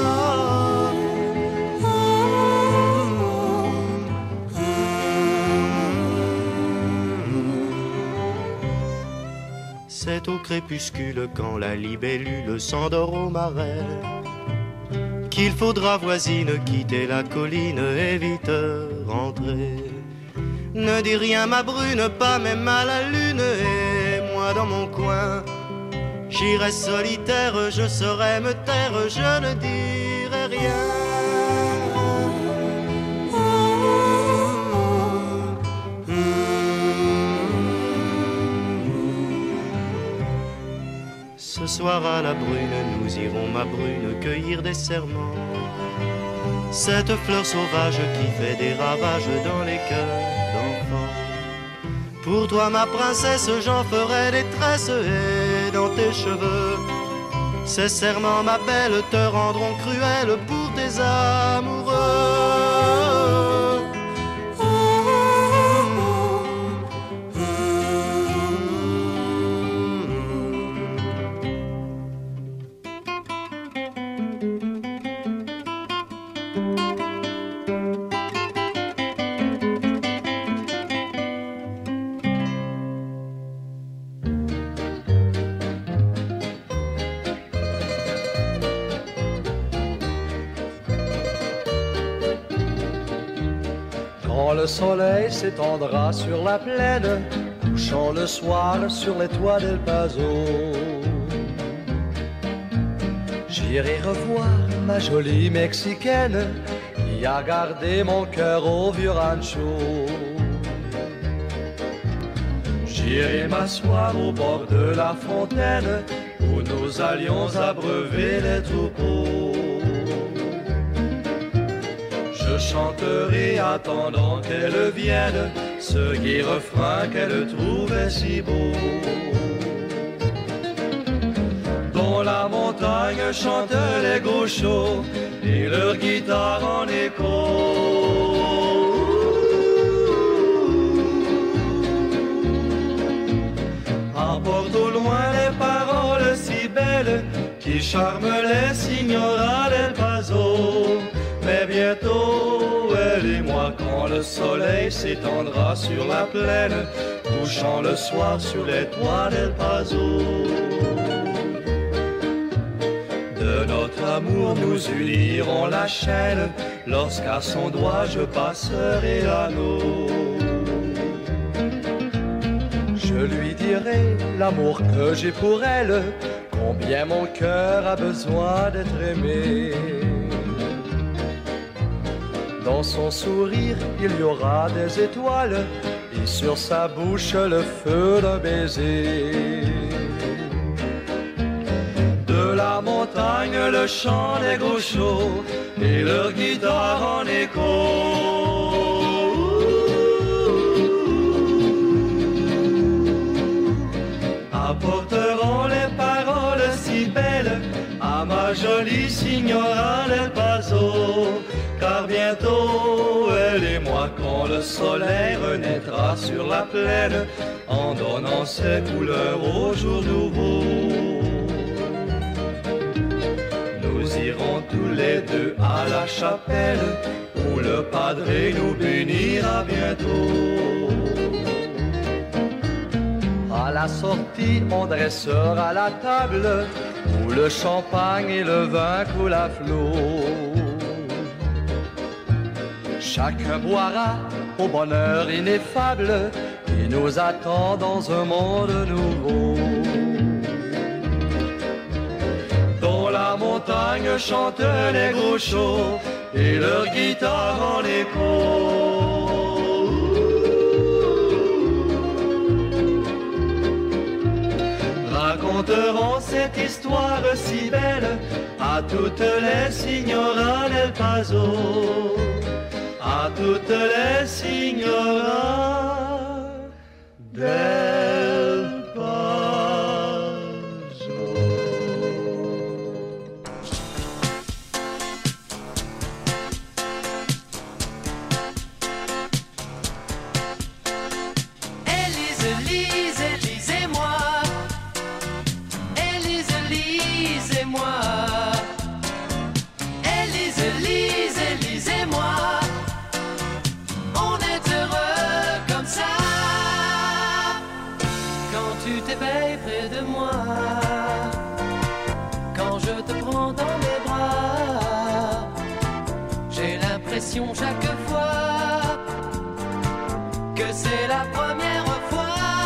C'est au crépuscule, quand la libellule s'endort au marais, qu'il faudra, voisine, quitter la colline et vite rentrer. Ne dis rien, ma brune, pas même à la lune, et moi dans mon coin, j'irai solitaire, je saurai me taire, je ne dirai rien. Ce soir à la brune, nous irons, ma brune, cueillir des serments. Cette fleur sauvage qui fait des ravages dans les cœurs d'enfants. Pour toi, ma princesse, j'en ferai des tresses et dans tes cheveux. Ces serments, ma belle, te rendront cruelle pour tes amoureux.
Quand le soleil s'étendra sur la plaine, couchant le soir sur les toits d'El Paso, j'irai revoir ma jolie Mexicaine qui a gardé mon cœur au vieux rancho. J'irai m'asseoir au bord de la fontaine où nous allions abreuver les troupeaux. Je chanterai attendant qu'elle vienne ce gai refrain qu'elle trouvait si beau. Dans la montagne chantent les gauchos et leur guitare en écho. Apporte au loin les paroles si belles qui charment les signoras d'El Paso. Mais bientôt, elle et moi, quand le soleil s'étendra sur la plaine, couchant le soir sur les toits d'El Paso. De notre amour nous unirons la chaîne, lorsqu'à son doigt je passerai l'anneau. Je lui dirai l'amour que j'ai pour elle, combien mon cœur a besoin d'être aimé. Dans son sourire, il y aura des étoiles et sur sa bouche le feu d'un baiser. De la montagne, le chant des gauchos et leur guitare en écho. Apporteront les paroles si belles à ma jolie signora d'El Paso. Car bientôt, elle et moi, quand le soleil renaîtra sur la plaine, en donnant ses couleurs au jour nouveau, nous irons tous les deux à la chapelle, où le padré nous bénira bientôt. À la sortie, on dressera la table, où le champagne et le vin coulent à flot. Chacun boira au bonheur ineffable et qui nous attend dans un monde nouveau. Dans la montagne chantent les gros chauds et leur guitare en écho. Raconteront cette histoire si belle à toutes les signoras del Paso, à toutes les signoras del Paso.
Élise, Lise, Élisez-moi. Élise, lisez-moi. Élise, lise, lisez-moi. On est heureux comme ça. Quand tu t'éveilles près de moi, quand je te prends dans mes bras, j'ai l'impression chaque fois que c'est la première fois.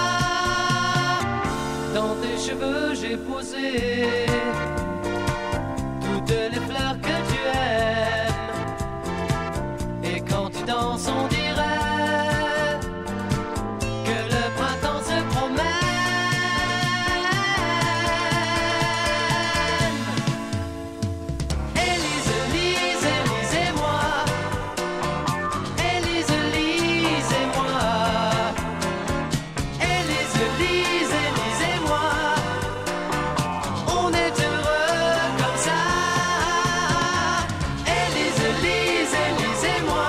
Dans tes cheveux j'ai posé toutes les fleurs que tu aimes. Et quand tu danses on dirait que le printemps se promène. Élise, lise, lisez-moi. Élise, lisez-moi. Élise, lise, lisez-moi. On est heureux comme ça. Élise, lise, lisez-moi.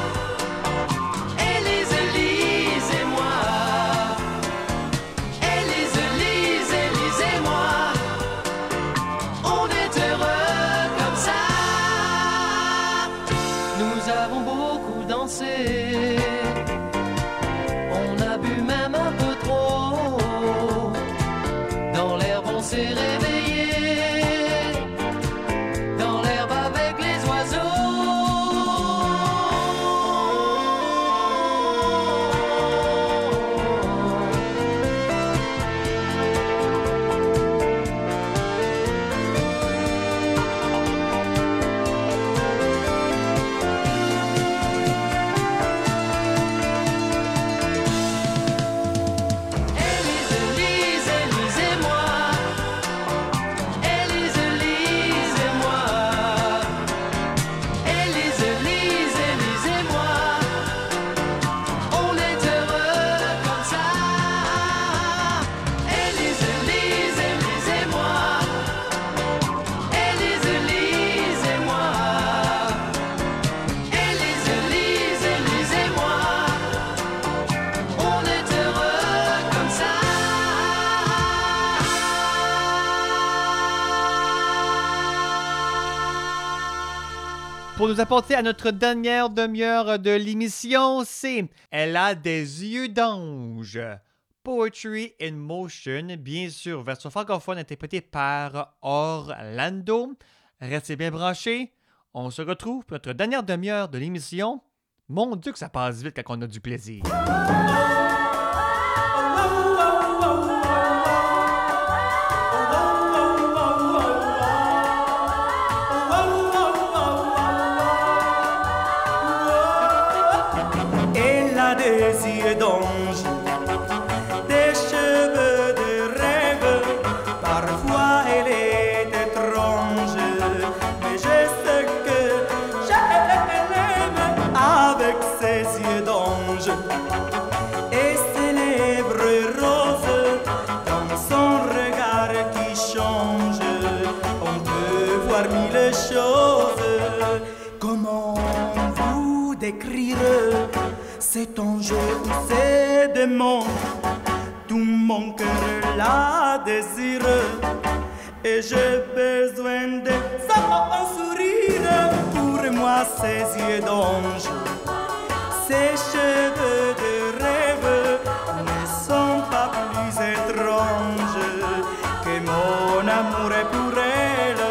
Élise, lisez-moi. Élise, lise, lisez-moi. On est heureux comme ça. Nous avons beaucoup dansé. On a bu même un peu trop. Dans l'herbe on s'est réveillé. Dans l'herbe avec les Élise, lise, lisez-moi. Élise, lisez-moi. Élise, lise, lisez-moi. On est heureux comme ça. Élise, lise, lisez-moi. Élise, lisez-moi. Élise, lise, lisez-moi. On est heureux comme ça.
Pour nous apporter à notre dernière demi-heure de l'émission, c'est Elle a des yeux d'ange. Poetry in Motion, bien sûr, version francophone interprétée par Orlando. Restez bien branchés. On se retrouve pour notre dernière demi-heure de l'émission. Mon Dieu que ça passe vite quand on a du plaisir.
Elle a des yeux d'ange, des cheveux de rêve. Parfois elle est étrange, mais je sais que j'aime avec ses yeux d'ange et ses lèvres roses. Dans son regard qui change, on peut voir mille choses. Comment vous décrire cet ange ou ces démons? Tout mon cœur la désire et j'ai besoin de son sourire. Pour moi ses yeux d'ange, ses cheveux de rêve ne sont pas plus étranges que mon amour est pour elle.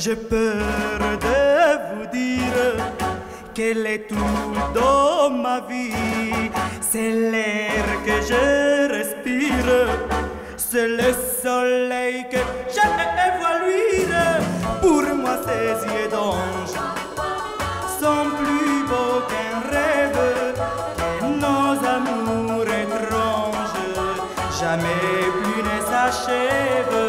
j'ai peur de vous dire qu'elle est tout dans ma vie. C'est l'air que je respire, c'est le soleil que je vois luire. Pour moi ces yeux d'ange sont plus beaux qu'un rêve, et nos amours étranges jamais plus ne s'achèvent.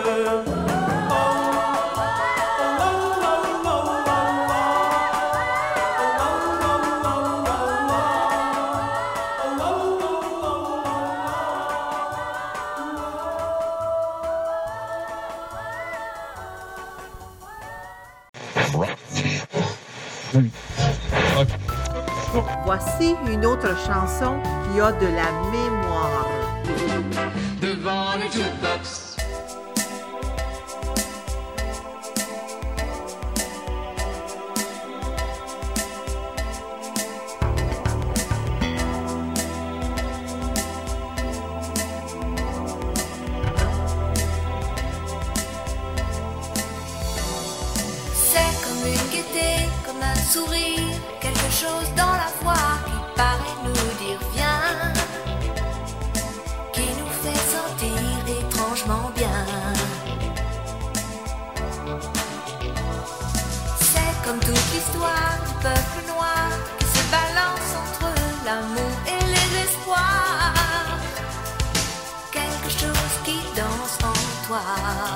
Voici une autre chanson qui a de la mémoire.
Devant le jukebox.
C'est comme une gaieté, comme un sourire, quelque chose dans la voix qui paraît nous dire viens, qui nous fait sentir étrangement bien. C'est comme toute l'histoire du peuple noir qui se balance entre l'amour et les espoirs. Quelque chose qui danse en toi.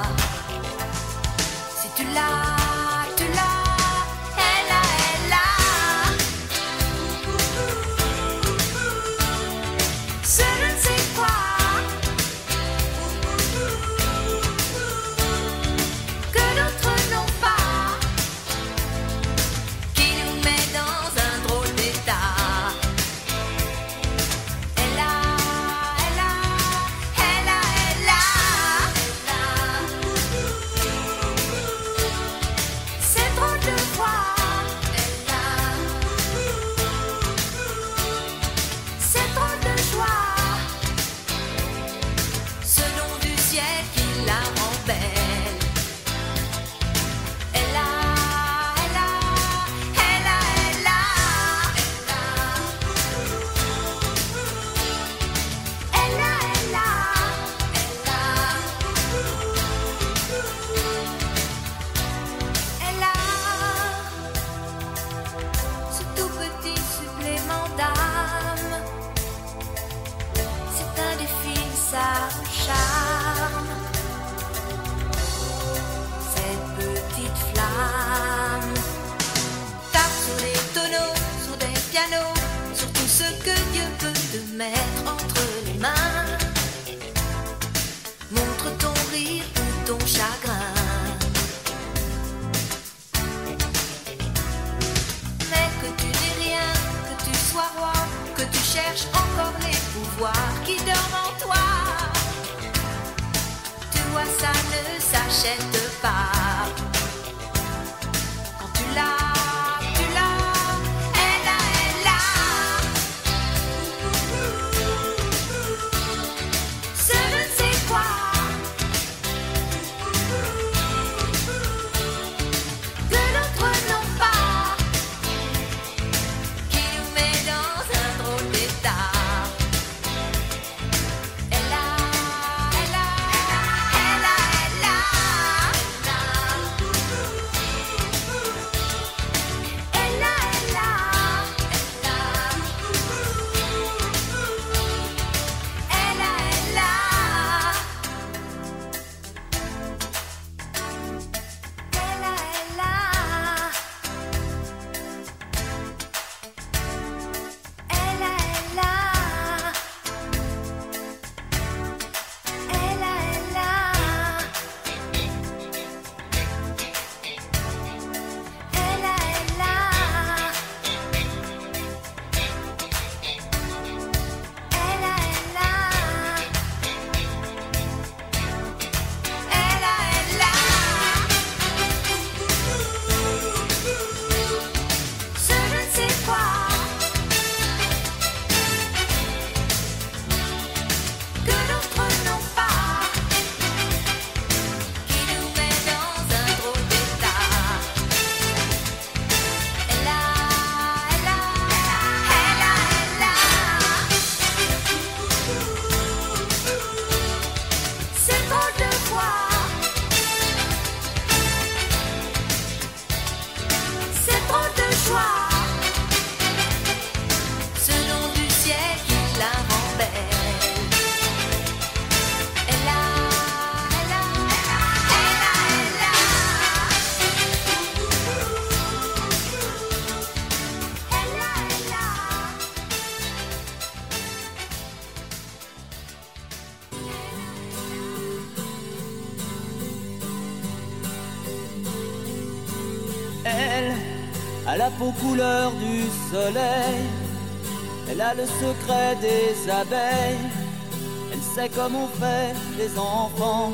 Si tu l'as, tu l'as. Mettre entre les mains, montre ton rire ou ton chagrin. Mais que tu n'aies rien, que tu sois roi, que tu cherches encore les pouvoirs qui dorment en toi. Tu vois, ça ne s'achète pas. Quand tu l'as,
à la peau couleur du soleil. Elle a le secret des abeilles, elle sait comment on fait les enfants.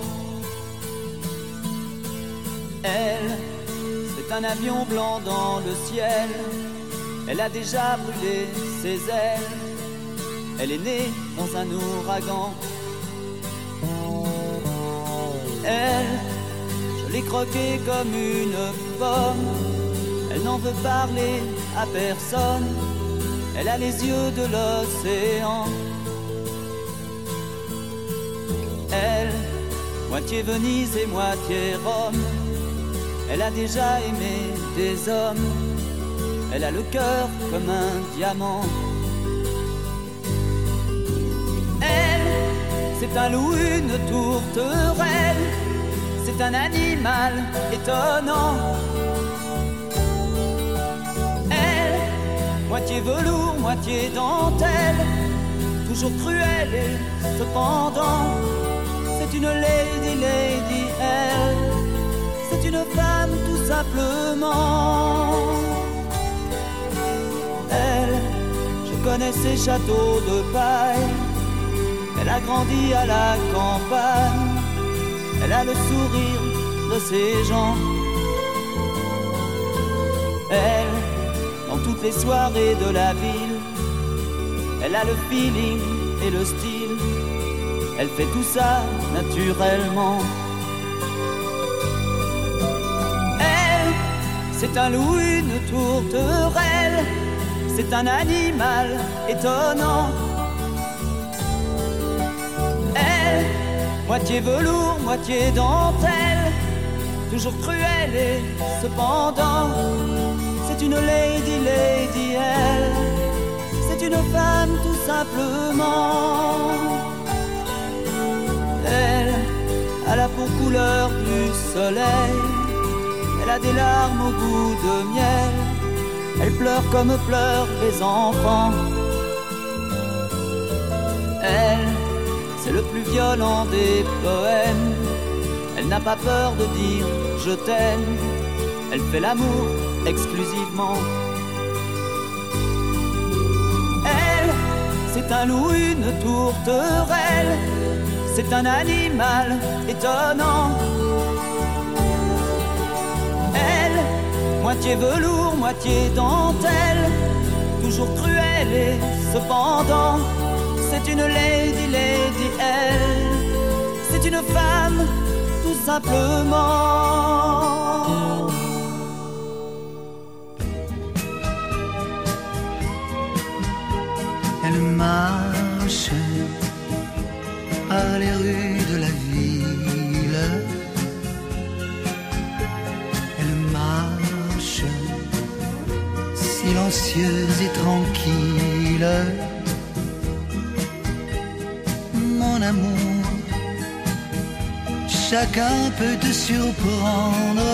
Elle, c'est un avion blanc dans le ciel, elle a déjà brûlé ses ailes. Elle est née dans un ouragan. Elle, je l'ai croquée comme une pomme. Elle n'en veut parler à personne. Elle a les yeux de l'océan. Elle, moitié Venise et moitié Rome. Elle a déjà aimé des hommes. Elle a le cœur comme un diamant. Elle, c'est un loup, une tourterelle. C'est un animal étonnant. Elle, moitié velours, moitié dentelle, toujours cruelle et cependant, c'est une lady, lady, elle. C'est une femme tout simplement. Elle, je connais ses châteaux de paille. Elle a grandi à la campagne. Elle a le sourire de ses gens. Elle, dans toutes les soirées de la ville, elle a le feeling et le style. Elle fait tout ça naturellement. Elle, c'est un loup, une tourterelle. C'est un animal étonnant. Elle, moitié velours, moitié dentelle, toujours cruelle et cependant, c'est une lady, lady, elle. C'est une femme tout simplement. Elle a la peau couleur du soleil. Elle a des larmes au goût de miel. Elle pleure comme pleurent les enfants. Elle, c'est le plus violent des poèmes. Elle n'a pas peur de dire je t'aime. Elle fait l'amour exclusivement. Elle, c'est un loup, une tourterelle. C'est un animal étonnant. Elle, moitié velours, moitié dentelle, toujours cruelle et cependant, c'est une lady, lady, elle. C'est une femme, tout simplement.
Elle marche par les rues de la ville. Elle marche silencieuse et tranquille. Mon amour, chacun peut te surprendre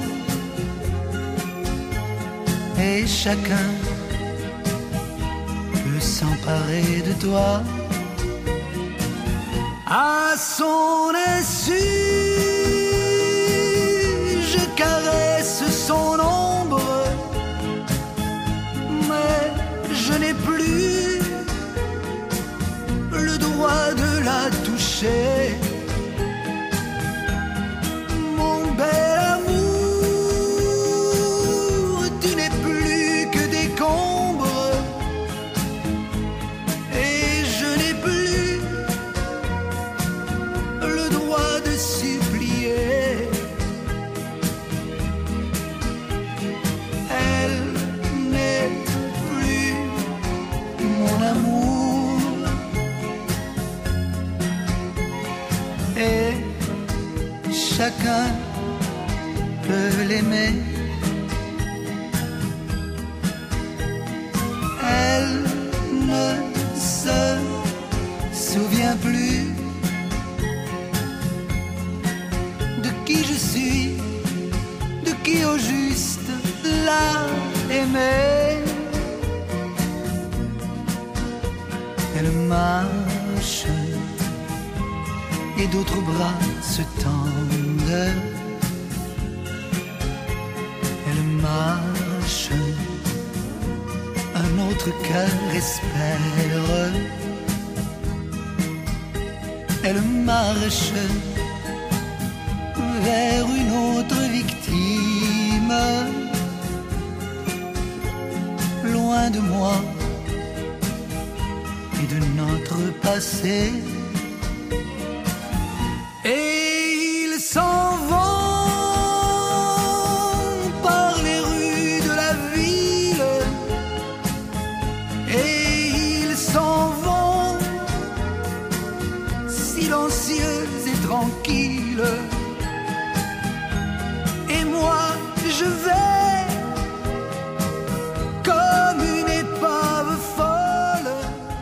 et chacun peut s'emparer de toi. À son insu, je caresse son ombre, mais je n'ai plus le droit de la toucher. Mon bel amour, tu n'es plus que décombre, et je n'ai plus le droit de supplier. Elle n'est plus mon amour, et chacun peut l'aimer. Elle ne se souvient plus de qui je suis, de qui au juste l'a aimé. Elle marche et d'autres bras se tendent. Elle marche notre cœur espère. Elle marche vers une autre victime, loin de moi et de notre passé. Et ils s'en vont par les rues de la ville, et ils s'en vont silencieux et tranquilles. Et moi je vais comme une épave folle.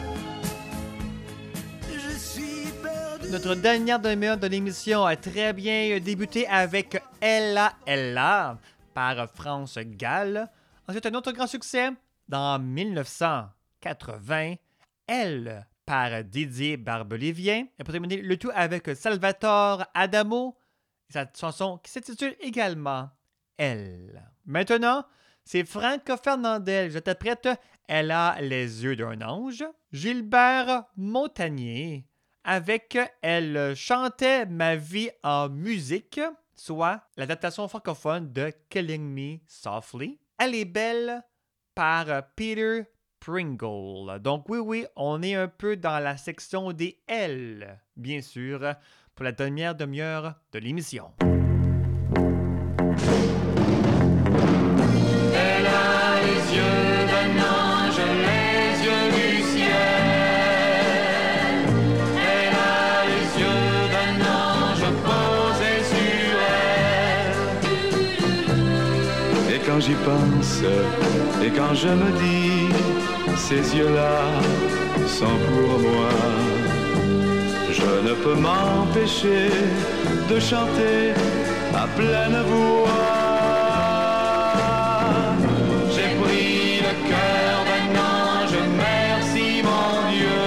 Je suis perdu.
Notre dernière demi-heure de l'émission a très bien débuté avec Ella Ella par France Gall. Ensuite, un autre grand succès dans 1980, Elle par Didier Barbelivien. Et pour terminer le tout avec Salvatore Adamo, sa chanson qui s'intitule également Elle. Maintenant, c'est Franck Fernandel. Je t'apprête, Elle a les yeux d'un ange. Gilbert Montagnier avec Elle chantait ma vie en musique, soit l'adaptation francophone de Killing Me Softly. Elle est belle par Peter Pringle. Donc oui, on est un peu dans la section des L, bien sûr, pour la dernière demi-heure de l'émission.
Elle a les yeux d'un ange, les yeux du ciel. Elle a les yeux d'un ange posés sur elle.
Et quand j'y pense, et quand je me dis, ces yeux-là sont pour moi, je ne peux m'empêcher de chanter à pleine voix. J'ai pris le cœur d'un ange, merci mon Dieu.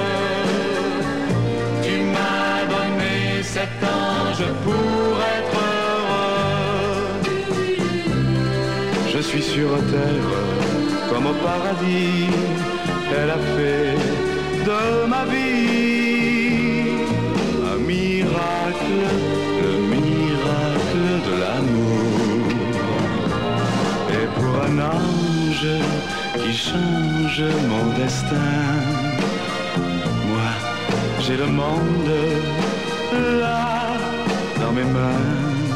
Tu m'as donné cet ange pour être heureux. Je suis sur terre comme au paradis, elle a fait de ma vie un miracle, le miracle de l'amour. Et pour un ange qui change mon destin, moi j'ai le monde là dans mes mains.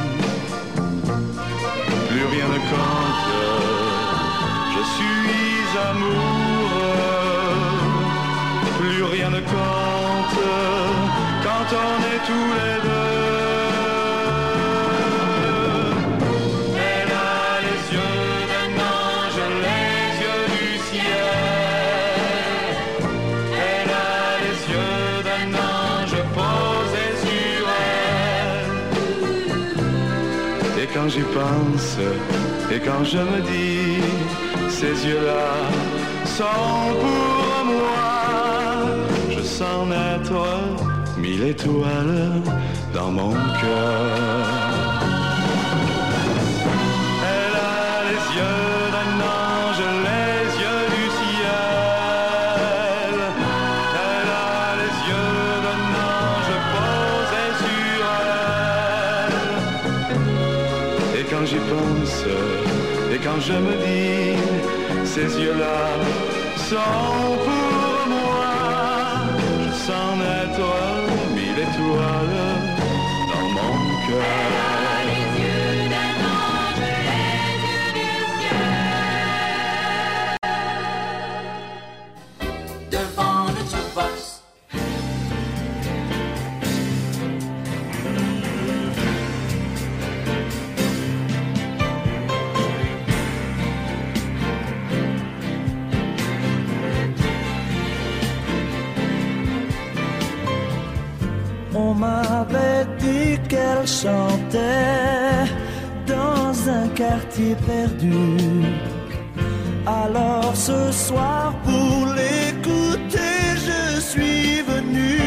Plus rien ne compte, je suis amoureux. Plus rien ne compte quand on est tous les deux. Elle a les yeux d'un ange, les yeux du ciel. Elle a les yeux d'un ange posés sur elle. Et quand j'y pense, et quand je me dis, ces yeux-là sont pour moi, je sens naître 1000 étoiles dans mon cœur. Elle a les yeux d'un ange, les yeux du ciel. Elle a les yeux d'un ange posés sur elle. Et quand j'y pense, et quand je me dis, ces yeux-là sont pour moi, je sens naître 1000 étoiles dans mon cœur. Les yeux d'un ange, les yeux du ciel.
Devant le jukebox,
On m'avait dit qu'elle chantait dans un quartier perdu. Alors ce soir pour l'écouter je suis venu.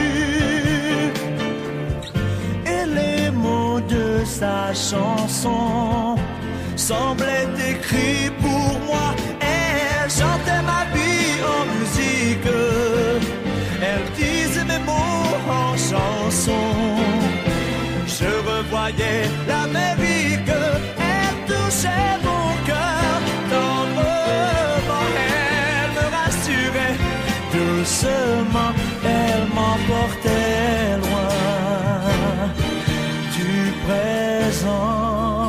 Et les mots de sa chanson semblaient écrits pour moi. Elle chantait ma vie
chanson. Je revoyais l'Amérique, elle touchait mon cœur. Tendrement, elle me rassurait. Doucement, elle m'emportait loin du présent.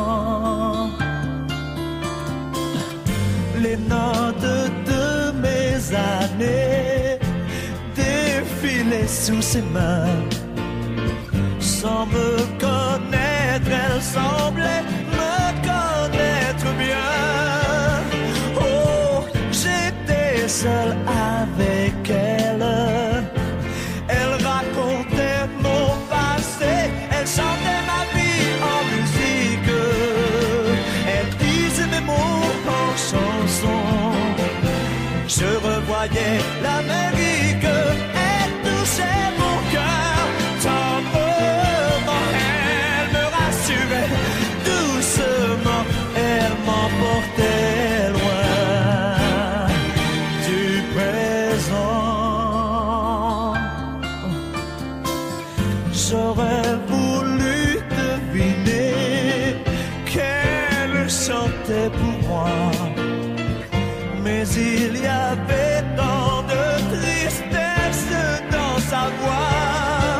Les notes de mes années défilaient sous ses mains. Sans me connaître, elle semblait me connaître bien. Oh, j'étais seul avec elle. Elle racontait mon passé, elle chantait ma vie en musique. Elle disait mes mots en chanson. Je revoyais l'Amérique, elle touchait mon cœur. Tendrement, elle me rassurait. Doucement, elle m'emportait loin du présent. J'aurais voulu deviner qu'elle chantait pour moi, mais il y avait tant de tristesse dans sa voix.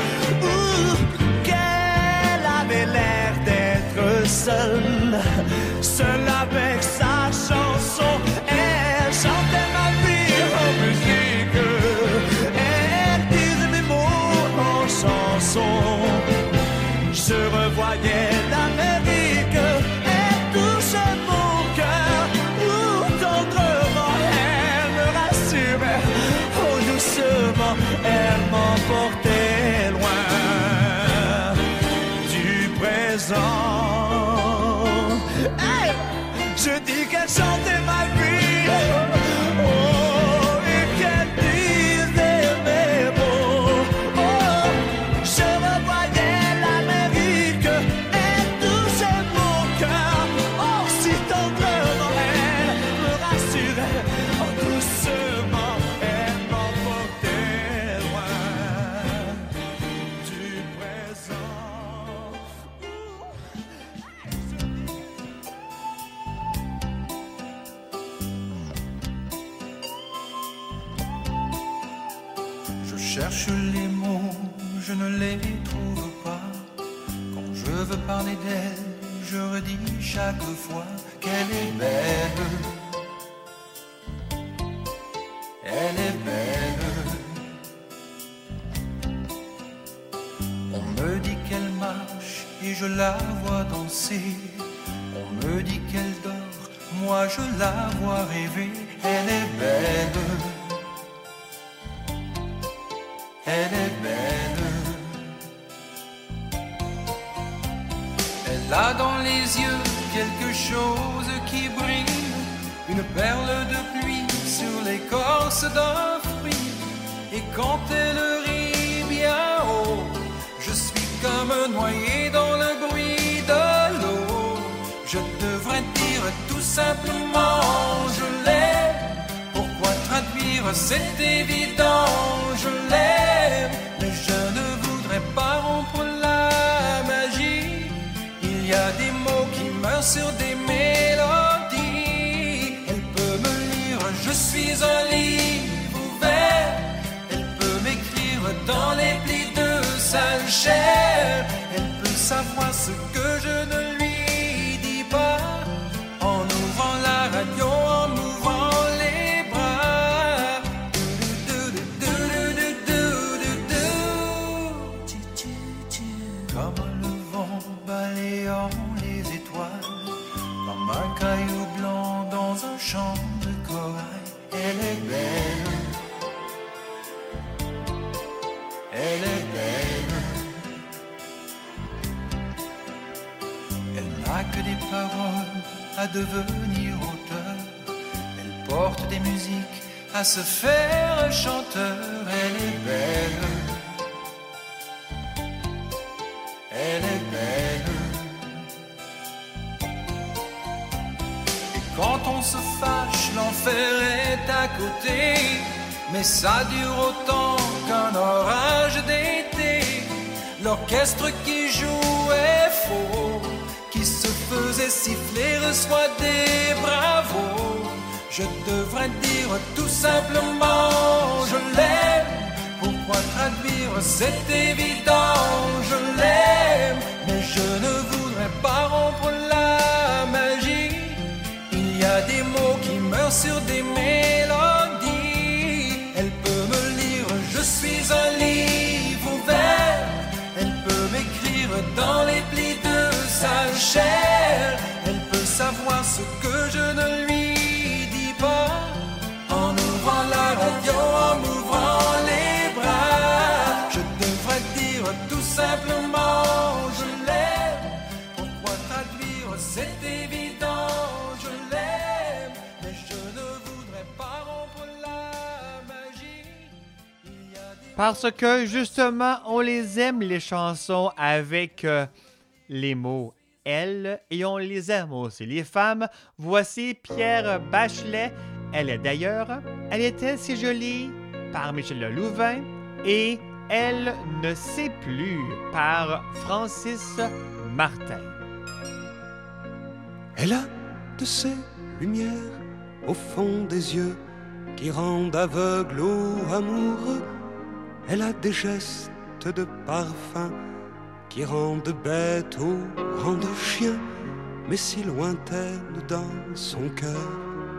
Qu'elle avait l'air d'être seule, seule avec sa chanson. Elle chantait ma vie en musique, elle disait mes mots en chanson. Je revoyais l'Amérique, elle touchait mon cœur. Tendrement, elle me rassurait. Oh, doucement, elle m'emportait loin du présent. Hey, je dis qu'elle chantait ma vie. Oh, et qu'elle disait mes mots. Oh, je revoyais l'Amérique, elle touchait mon cœur. Oh, si tendrement elle me rassurait. Oh, doucement elle m'emportait loin du présent.
Je cherche les mots, je ne les trouve pas. Quand je veux parler d'elle, je redis chaque fois qu'elle est belle. Elle est belle. On me dit qu'elle marche et je la vois danser. On me dit qu'elle dort, moi je la vois rêver. Elle est belle. Elle est belle. Elle a dans les yeux quelque chose qui brille, une perle de pluie sur l'écorce d'un fruit. Et quand elle rit bien haut, je suis comme noyé dans le bruit de l'eau. Je devrais dire tout simplement je l'aime. Pourquoi traduire, c'est évident, je l'aime. Mais je ne voudrais pas rompre la magie. Il y a des mots qui meurent sur des mélodies. Elle peut me lire, je suis un livre ouvert. Elle peut m'écrire dans les plis de sa chair. Elle peut savoir ce que je ne lui dis pas, en ouvrant la radio, en ouvrant les bras. Comme le vent balayant les étoiles, comme un caillou blanc dans un champ de corail. Elle est belle. Elle est belle. Elle n'a que des paroles à devenir auteur. Elle porte des musiques à se faire chanteur. Elle est belle. Elle est belle. Et quand on se fâche, l'enfer est à côté. Mais ça dure autant qu'un orage d'été.
L'orchestre qui jouait faux, qui se faisait siffler, reçoit des bravos. Je devrais dire tout simplement je l'aime. Pourquoi traduire, c'est évident, je l'aime. Mais je ne voudrais pas rompre la magie. Il y a des mots qui meurent sur des mélodies. Elle peut me lire, je suis un livre ouvert. Elle peut m'écrire dans les plis de sa chair. Elle peut savoir ce que je ne lui dis pas. En ouvrant la radio, en m'ouvrant les bras. Je devrais dire tout simplement je l'aime. Pourquoi traduire, c'est évident, je l'aime. Mais je ne voudrais pas rompre la magie.
Parce que, justement, on les aime, les chansons avec les mots « elle » et on les aime aussi, les femmes. Voici Pierre Bachelet. Elle est d'ailleurs « Elle était si jolie » par Michel Louvain et « Elle ne sait plus » par Francis Martin.
Elle a de ces lumières au fond des yeux qui rendent aveugle ou amoureux. Elle a des gestes de parfum qui rendent bête ou rendent chien, mais si lointaine dans son cœur.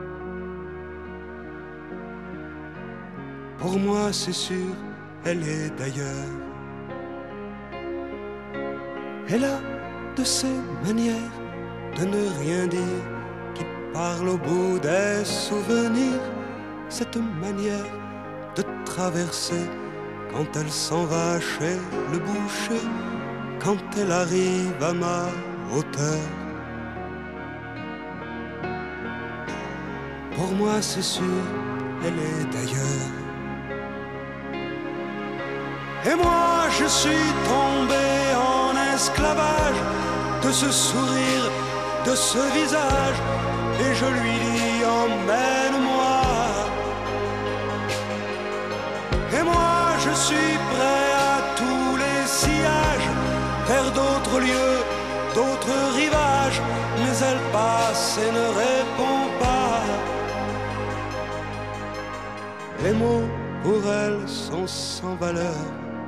Pour moi, c'est sûr, elle est d'ailleurs. Elle a de ces manières de ne rien dire qui parle au bout des souvenirs. Cette manière de traverser quand elle s'en va chez le boucher, quand elle arrive à ma hauteur. Pour moi, c'est sûr, elle est d'ailleurs. Et moi, je suis tombé en esclavage de ce sourire, de ce visage, et je lui dis emmène-moi. Et moi, je suis prêt à tous les sillages, vers d'autres lieux, d'autres rivages, mais elle passe et ne répond pas. Les mots pour elle sont sans valeur.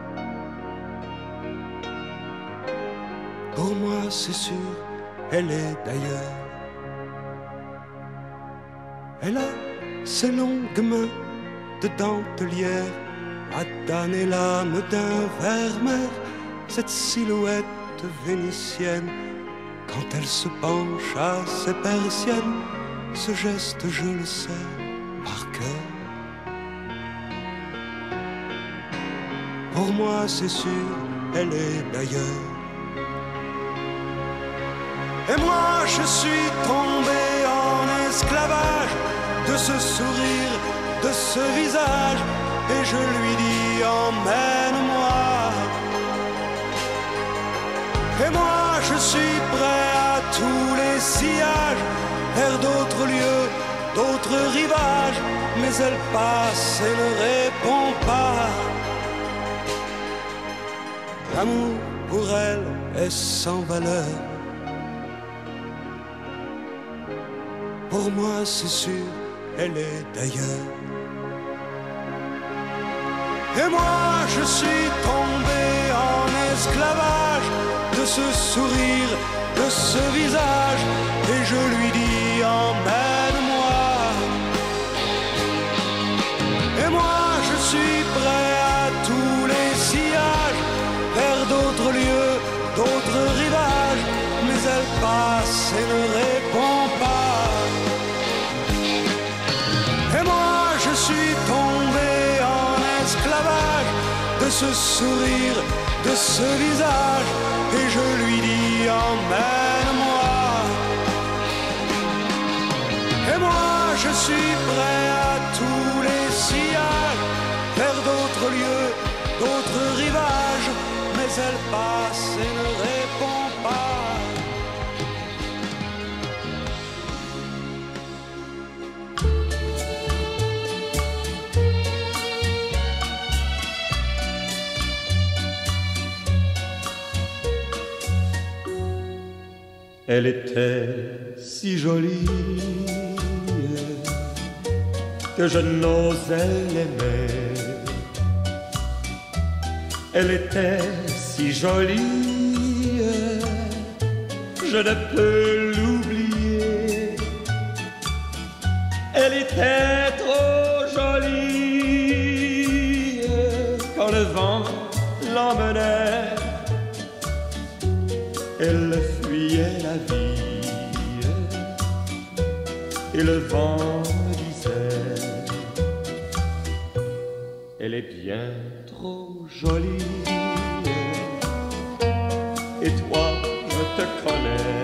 Pour moi, c'est sûr, elle est d'ailleurs. Elle a ses longues mains de dentelière à damner l'âme d'un Vermeer. Cette silhouette vénitienne, quand elle se penche à ses persiennes, ce geste, je le sais par cœur. Pour moi, c'est sûr, elle est d'ailleurs. Et moi, je suis tombé en esclavage de ce sourire, de ce visage, et je lui dis emmène-moi. Et moi, je suis prêt à tous les sillages, vers d'autres lieux, d'autres rivages, mais elle passe et ne répond pas. L'amour pour elle est sans valeur. Pour moi, c'est sûr, elle est d'ailleurs. Et moi, je suis tombé en esclavage de ce sourire, de ce visage, et je lui dis emmène-moi. Et moi, je suis prêt à tous les sillages, vers d'autres lieux, d'autres rivages, mais elle passe et ne répond pas. Et moi, je suis tombé en esclavage de ce sourire, de ce visage, et je lui dis emmène-moi. Et moi, je suis prêt à tous les sillages, vers d'autres lieux, d'autres rivages, mais elle passe et ne répond pas.
Elle était si jolie que je n'osais l'aimer. Elle était si jolie, je ne peux l'oublier. Elle était trop jolie quand le vent l'emmenait. Elle fuyait la vie et le vent disait: elle est bien trop jolie. Et toi, je te connais,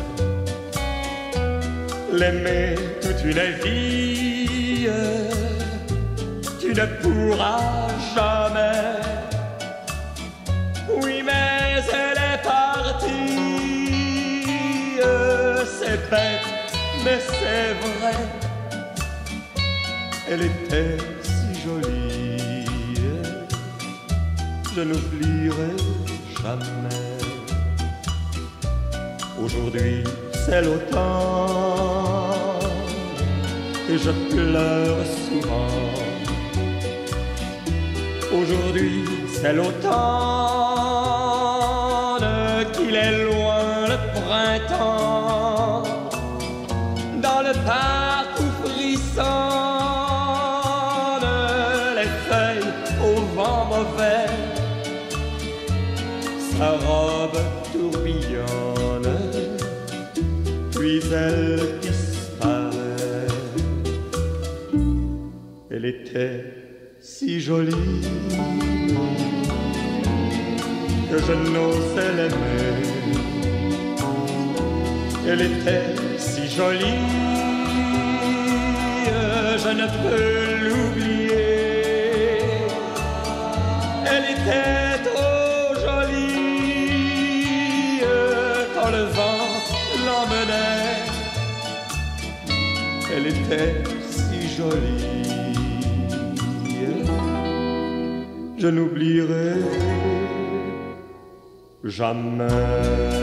l'aimer toute une vie, tu ne pourras jamais. Oui, mais elle est partie, c'est bête, mais c'est vrai. Elle était si jolie, je n'oublierai jamais. Aujourd'hui, c'est l'automne et je pleure souvent. Aujourd'hui, c'est l'automne, qu'il est loin le printemps. Dans le parc où frissonnent les feuilles au vent mauvais, sa robe tourbillonne, puis elle disparaît. Elle était si jolie que je n'osais l'aimer. Elle était si jolie, je ne peux l'oublier. Elle était trop jolie quand le vent l'emmenait. Elle était si jolie, je n'oublierai jamais.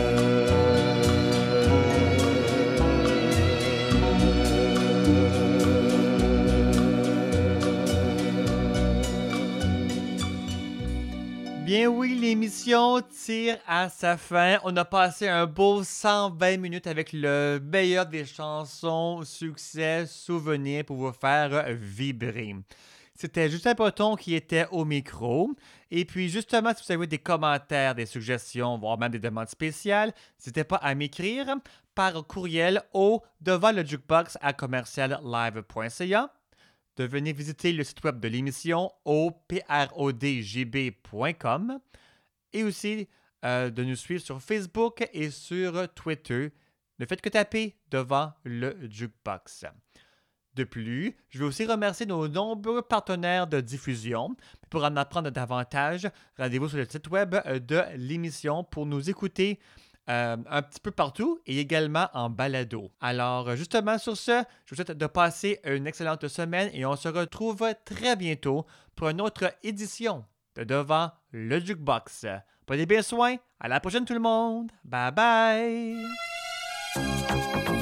Bien oui, l'émission tire à sa fin. On a passé un beau 120 minutes avec le meilleur des chansons, succès, souvenirs pour vous faire vibrer. C'était Justin Breton qui était au micro. Et puis justement, si vous avez des commentaires, des suggestions, voire même des demandes spéciales, n'hésitez pas à m'écrire par courriel au devantledjukebox@commerciallive.ca. De venir visiter le site web de l'émission au prodjb.com et aussi de nous suivre sur Facebook et sur Twitter. Ne faites que taper devant le Jukebox. De plus, je veux aussi remercier nos nombreux partenaires de diffusion. Pour en apprendre davantage, rendez-vous sur le site web de l'émission pour nous écouter un petit peu partout et également en balado. Alors, justement, sur ce, je vous souhaite de passer une excellente semaine et on se retrouve très bientôt pour une autre édition de Devant le Jukebox. Prenez bien soin. À la prochaine tout le monde. Bye bye.